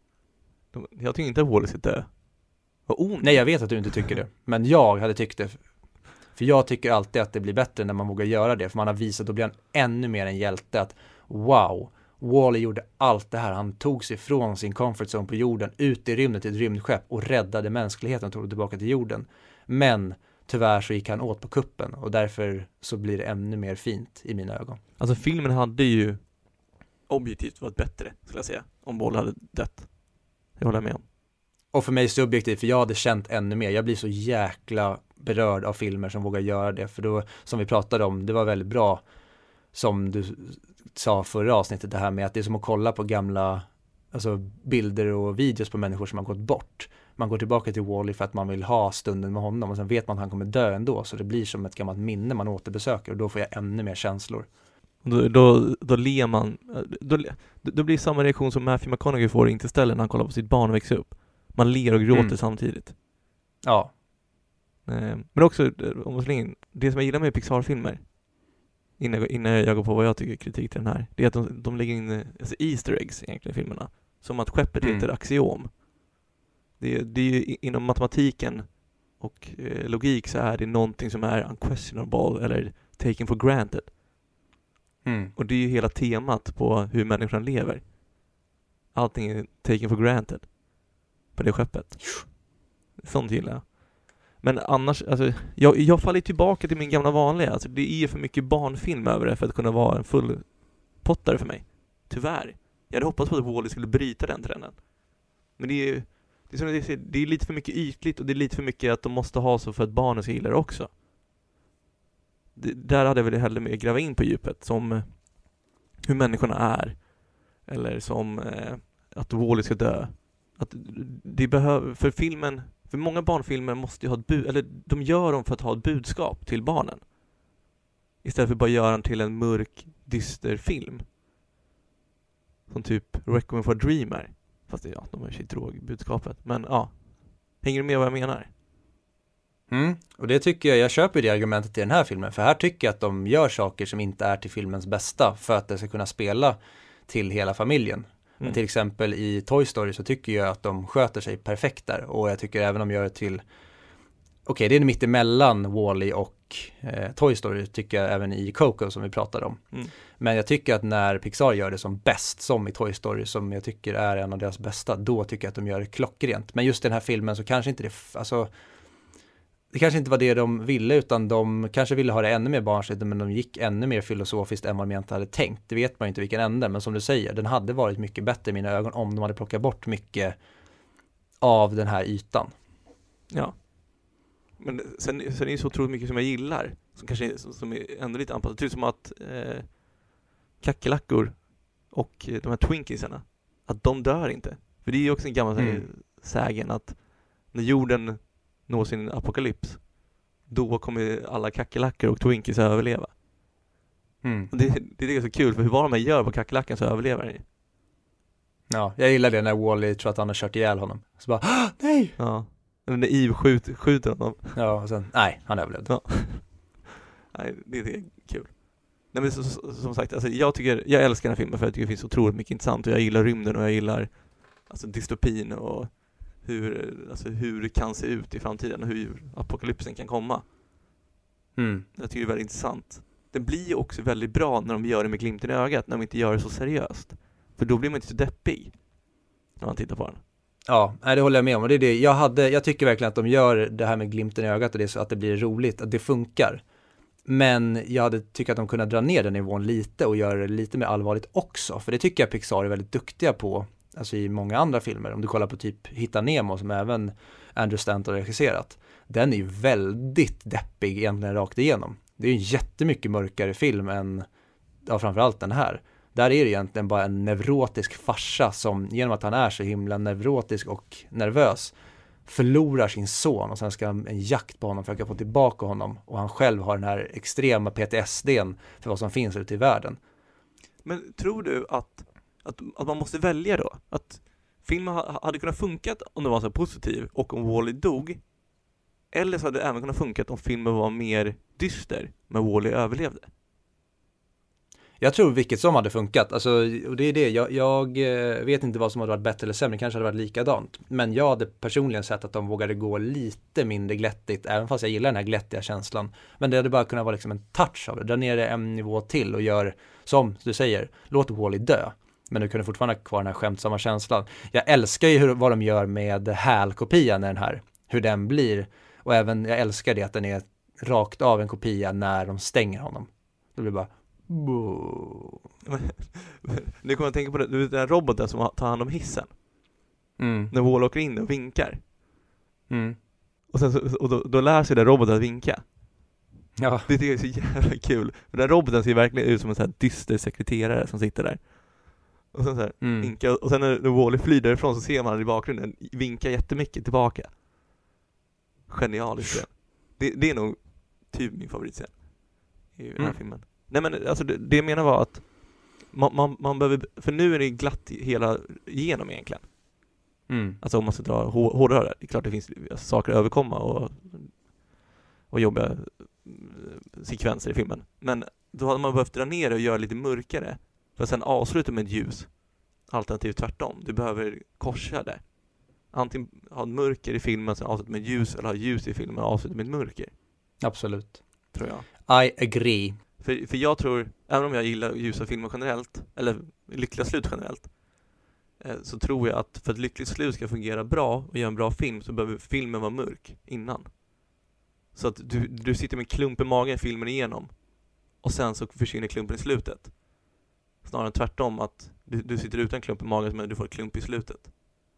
Jag tycker inte att Wall-E ska dö. Nej, jag vet att du inte tycker det. Men jag hade tyckt det. För jag tycker alltid att det blir bättre när man vågar göra det. För man har visat, då blir han ännu mer en hjälte. Att wow, Wall-E gjorde allt det här. Han tog sig från sin comfort zone på jorden, ut i rymden till ett rymdskepp och räddade mänskligheten och tog tillbaka till jorden. Men tyvärr så gick han åt på kuppen och därför så blir det ännu mer fint i mina ögon. Alltså filmen hade ju objektivt varit bättre, skulle jag säga, om Wall-E hade dött. Jag håller med om. Och för mig subjektivt, för jag hade känt ännu mer. Jag blir så jäkla berörd av filmer som vågar göra det. För då, som vi pratade om, det var väldigt bra som du sa förra avsnittet, det här med att det är som att kolla på gamla bilder och videos på människor som har gått bort. Man går tillbaka till Wall-E för att man vill ha stunden med honom och sen vet man att han kommer dö ändå, så det blir som ett gammalt minne man återbesöker och då får jag ännu mer känslor. Då ler man, då blir samma reaktion som Matthew McConaughey får i Interstellar när han kollar på sitt barn växa upp. Man ler och gråter samtidigt. Ja. Men också, om man slänger in, det som jag gillar med Pixar-filmer, innan jag går på vad jag tycker är kritik till den här, det är att de lägger in Easter eggs egentligen i filmerna. Som att skeppet heter Axiom. Det är ju inom matematiken och logik så är det någonting som är unquestionable eller taken for granted. Och det är ju hela temat på hur människan lever. Allting är taken for granted på det skeppet. Sånt gillar jag. Men annars, alltså, jag faller tillbaka till min gamla vanliga. Alltså, det är för mycket barnfilm över det för att kunna vara en full pottare för mig. Tyvärr. Jag hade hoppats på att Wall-E skulle bryta den trenden. Men det är som jag säger, det är lite för mycket ytligt och det är lite för mycket att de måste ha så för att barnen ska gilla det också. Där hade jag väl hellre mer gräva in på djupet, som hur människorna är, eller som att Wall-E ska dö. Att det behöver, för filmen, för många barnfilmer måste ju ha ett eller de gör dem för att ha ett budskap till barnen. Istället för bara göra den till en mörk, dyster film. Som typ Requiem for a Dreamer. Fast det, de har ju sitt drogbudskapet. Men ja, hänger du med vad jag menar? Och det tycker jag köper det argumentet i den här filmen. För här tycker jag att de gör saker som inte är till filmens bästa för att det ska kunna spela till hela familjen. Men till exempel i Toy Story så tycker jag att de sköter sig perfekt där. Och jag tycker även de gör det till... Okej, det är mitt emellan Wall-E och Toy Story tycker jag även i Coco som vi pratade om. Men jag tycker att när Pixar gör det som bäst, som i Toy Story, som jag tycker är en av deras bästa, då tycker jag att de gör det klockrent. Men just den här filmen så kanske inte det... Det kanske inte var det de ville, utan de kanske ville ha det ännu mer barnsligt, men de gick ännu mer filosofiskt än vad de egentligen hade tänkt. Det vet man ju inte vilken ände, men som du säger, den hade varit mycket bättre i mina ögon om de hade plockat bort mycket av den här ytan. Ja. Men sen är det så otroligt mycket som jag gillar, som kanske som är ändå lite anpassat. Typ som att kackerlackor och de här Twinkiesarna, att de dör inte. För det är ju också en gammal sägen att när jorden når sin apokalyps, då kommer alla kackerlackor och Twinkies att överleva. Och det är så kul, för hur vad de gör på kackerlackan så överlever den. Ja, jag gillar det när Wall-E tror att han har kört ihjäl honom. Så bara, nej! Ja, när Eve skjuter honom. Ja, och sen, nej, han överlevde. Ja. Nej, det är kul. Nej, men som sagt, alltså, jag älskar den här filmen för att jag tycker det finns otroligt mycket intressant, och jag gillar rymden och jag gillar dystopin och hur det kan se ut i framtiden och hur apokalypsen kan komma. Jag tycker det är väldigt intressant. Det blir också väldigt bra när de gör det med glimten i ögat, när de inte gör det så seriöst. För då blir man inte så deppig när man tittar på den. Ja, det håller jag med om. Och det är det. Jag tycker verkligen att de gör det här med glimten i ögat och det så att det blir roligt, att det funkar. Men jag hade tyckt att de kunde dra ner den nivån lite och göra det lite mer allvarligt också. För det tycker jag Pixar är väldigt duktiga på. alltså i många andra filmer. Om du kollar på typ Hitta Nemo som även Andrew Stanton har regisserat. Den är ju väldigt deppig egentligen rakt igenom. Det är ju en jättemycket mörkare film än framförallt den här. Där är det egentligen bara en neurotisk farsa som genom att han är så himla neurotisk och nervös förlorar sin son och sen ska en jakt på honom försöka få tillbaka honom och han själv har den här extrema PTSD:n för vad som finns ute i världen. Men tror du att man måste välja då? Att filmen hade kunnat funkat om den var så positiv och om Wall-E dog? Eller så hade det även kunnat funkat om filmen var mer dyster men Wall-E överlevde? Jag tror vilket som hade funkat. Alltså, och det är det. Jag vet inte vad som hade varit bättre eller sämre. Kanske hade varit likadant. Men jag hade personligen sett att de vågade gå lite mindre glättigt. Även fast jag gillar den här glättiga känslan. Men det hade bara kunnat vara liksom en touch av det. Där nere en nivå till och gör, som du säger, låt Wall-E dö. Men du kunde fortfarande ha kvar den här skämtsamma känslan. Jag älskar ju vad de gör med HAL-kopian, den här. Hur den blir. Och även, jag älskar det att den är rakt av en kopia när de stänger honom. Det blir bara... Nu kommer jag tänka på det, den där roboten som tar hand om hissen. När Wall åker in och vinkar. Och sen då lär sig den roboten att vinka. Ja. Det tycker jag är så jävla kul. För den roboten ser verkligen ut som en sån här dyster sekreterare som sitter där. Och sen så här vinka. Och sen när Wall flyr därifrån så ser man i bakgrunden vinka jättemycket tillbaka. Genialiskt. Det är nog typ min favoritscen i den här filmen. Nej, men alltså det jag menar var att man behöver, för nu är det glatt hela igenom egentligen. Alltså om man ska dra hårdare, det är klart det finns saker att överkomma och jobba sekvenser i filmen. Men då hade man behövt dra ner det och göra lite mörkare för att sen avsluta med ett ljus. Alternativt tvärtom. Du behöver korsa det. Antingen ha mörker i filmen sen avsluta med ljus eller ha ljus i filmen och avsluta med mörker. Absolut. Tror jag. I agree. För jag tror, även om jag gillar ljusa filmer generellt, eller lyckliga slut generellt, så tror jag att för att lyckligt slut ska fungera bra och göra en bra film så behöver filmen vara mörk innan. Så att du sitter med klump i magen filmen igenom och sen så försvinner klumpen i slutet. Snarare än tvärtom, att du sitter utan klump i magen men du får klump i slutet.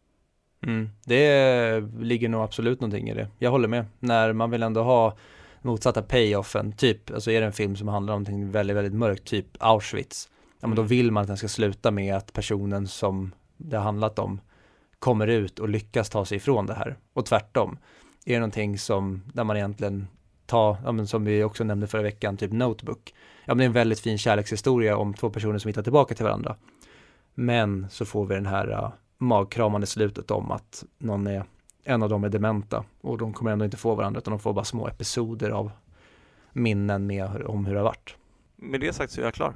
Det ligger nog absolut någonting i det. Jag håller med. När man vill ändå ha motsatta payoffen, typ, alltså är det en film som handlar om någonting väldigt, väldigt mörkt, typ Auschwitz, ja men då vill man att den ska sluta med att personen som det har handlat om kommer ut och lyckas ta sig ifrån det här. Och tvärtom, är det någonting som, där man egentligen tar, ja men som vi också nämnde förra veckan, typ Notebook, ja men det är en väldigt fin kärlekshistoria om två personer som hittar tillbaka till varandra. Men så får vi den här magkramande slutet om att en av dem är dementa och de kommer ändå inte få varandra utan de får bara små episoder av minnen med om hur det har varit. Med det sagt så är jag klar.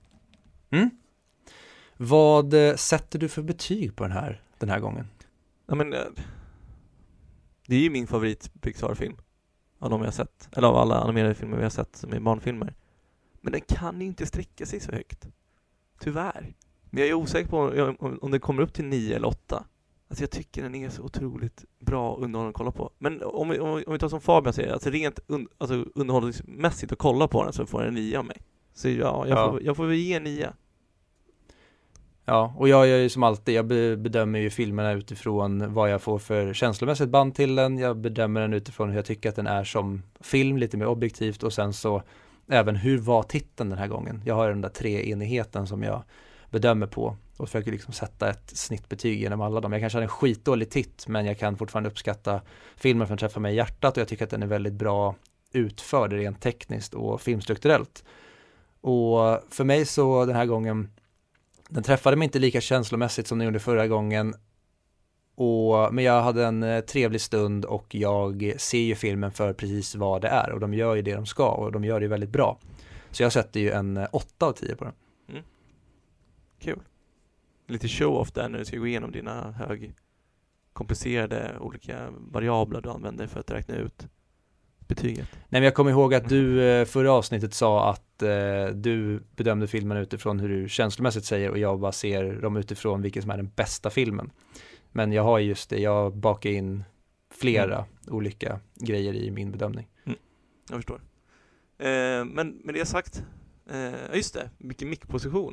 Vad sätter du för betyg på den här gången? Ja, men det är ju min favorit Pixar-film av de jag har sett, eller av alla animerade filmer vi har sett som är barnfilmer. Men den kan ju inte sträcka sig så högt. Tyvärr. Men jag är osäker på om det kommer upp till 9 eller 8. Alltså jag tycker den är så otroligt bra underhållande att kolla på. Men om vi tar som Fabian säger, alltså rent underhållningsmässigt att kolla på den så får den en 9 av mig. Så jag får väl ge en 9. Ja, och jag gör ju som alltid, jag bedömer ju filmerna utifrån vad jag får för känslomässigt band till den. Jag bedömer den utifrån hur jag tycker att den är som film, lite mer objektivt, och sen så även hur var titeln den här gången. Jag har den där 3-enigheten som jag bedömer på och försöker liksom sätta ett snittbetyg genom alla dem. Jag kanske har en skitdålig titt, men jag kan fortfarande uppskatta filmen för att träffa mig i hjärtat, och jag tycker att den är väldigt bra utförd rent tekniskt och filmstrukturellt. Och för mig så den här gången, den träffade mig inte lika känslomässigt som den gjorde förra gången, men jag hade en trevlig stund och jag ser ju filmen för precis vad det är, och de gör ju det de ska och de gör det väldigt bra. Så jag sätter ju en 8 av 10 på den. Kul. Lite show-off där när du ska gå igenom dina komplicerade olika variabler du använder för att räkna ut betyget. Nej, men jag kommer ihåg att du förra avsnittet sa att du bedömde filmen utifrån hur du känslomässigt säger, och jag bara ser dem utifrån vilken som är den bästa filmen. Men jag har just det, jag bakar in flera olika grejer i min bedömning. Jag förstår. Men med det sagt, just det, vilken mickposition.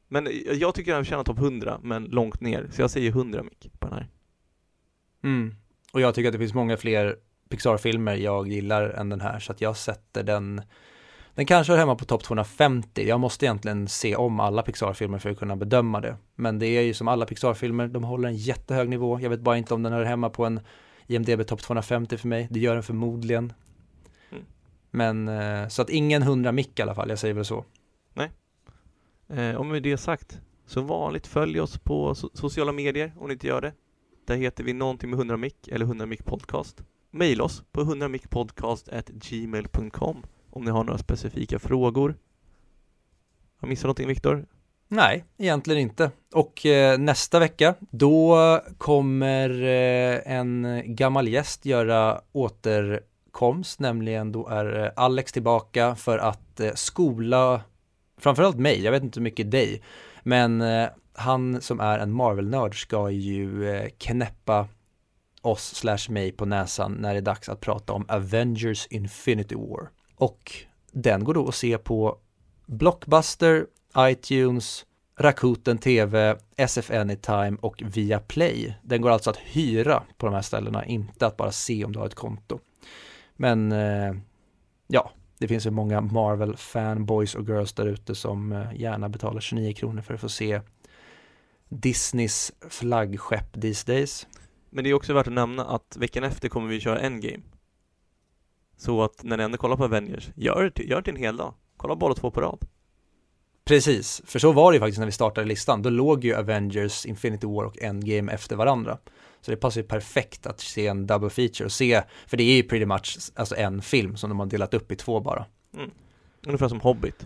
Men jag tycker den tjänar topp 100, men långt ner. Så jag säger 100 mick på den här. Och jag tycker att det finns många fler Pixar-filmer jag gillar än den här. Så att jag sätter den kanske är hemma på topp 250. Jag måste egentligen se om alla Pixar-filmer för att kunna bedöma det. Men det är ju som alla Pixar-filmer, de håller en jättehög nivå. Jag vet bara inte om den är hemma på en IMDb topp 250 för mig. Det gör den förmodligen. Men så att ingen 100 mick i alla fall, jag säger väl så. Nej. Om med det sagt, så vanligt följ oss på sociala medier om ni inte gör det. Där heter vi någonting med 100 mick eller 100 mick podcast. Mail oss på 100mickpodcast@gmail.com om ni har några specifika frågor. Har jag missat någonting, Viktor? Nej, egentligen inte. Och nästa vecka, då kommer en gammal gäst göra återkomst, nämligen då är Alex tillbaka för att skola framförallt mig, jag vet inte hur mycket dig, men han som är en Marvel-nörd ska ju knäppa oss/mig på näsan när det är dags att prata om Avengers Infinity War. Och den går då att se på Blockbuster, iTunes, Rakuten TV, SF Anytime och Viaplay. Den går alltså att hyra på de här ställena, inte att bara se om du har ett konto. Men ja, det finns ju många Marvel-fanboys och girls där ute som gärna betalar 29 kronor för att få se Disneys flaggskepp these days. Men det är också värt att nämna att veckan efter kommer vi köra Endgame. Så att när ni ändå kollar på Avengers, gör det till en hel dag. Kolla båda två på rad. Precis, för så var det ju faktiskt när vi startade listan. Då låg ju Avengers, Infinity War och Endgame efter varandra. Så det passar ju perfekt att se en double feature och se, för det är ju pretty much alltså en film som de har delat upp i 2 bara. Ungefär som Hobbit.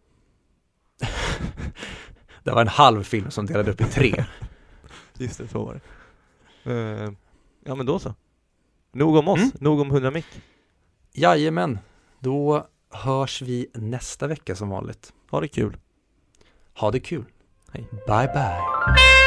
Det var en halv film som delade upp i 3. Just det, så var det. Ja, men då så. Nog om oss, nog om 100 mick. Jajamän, då hörs vi nästa vecka som vanligt. Ha det kul. Ha det kul. Hej. Bye bye.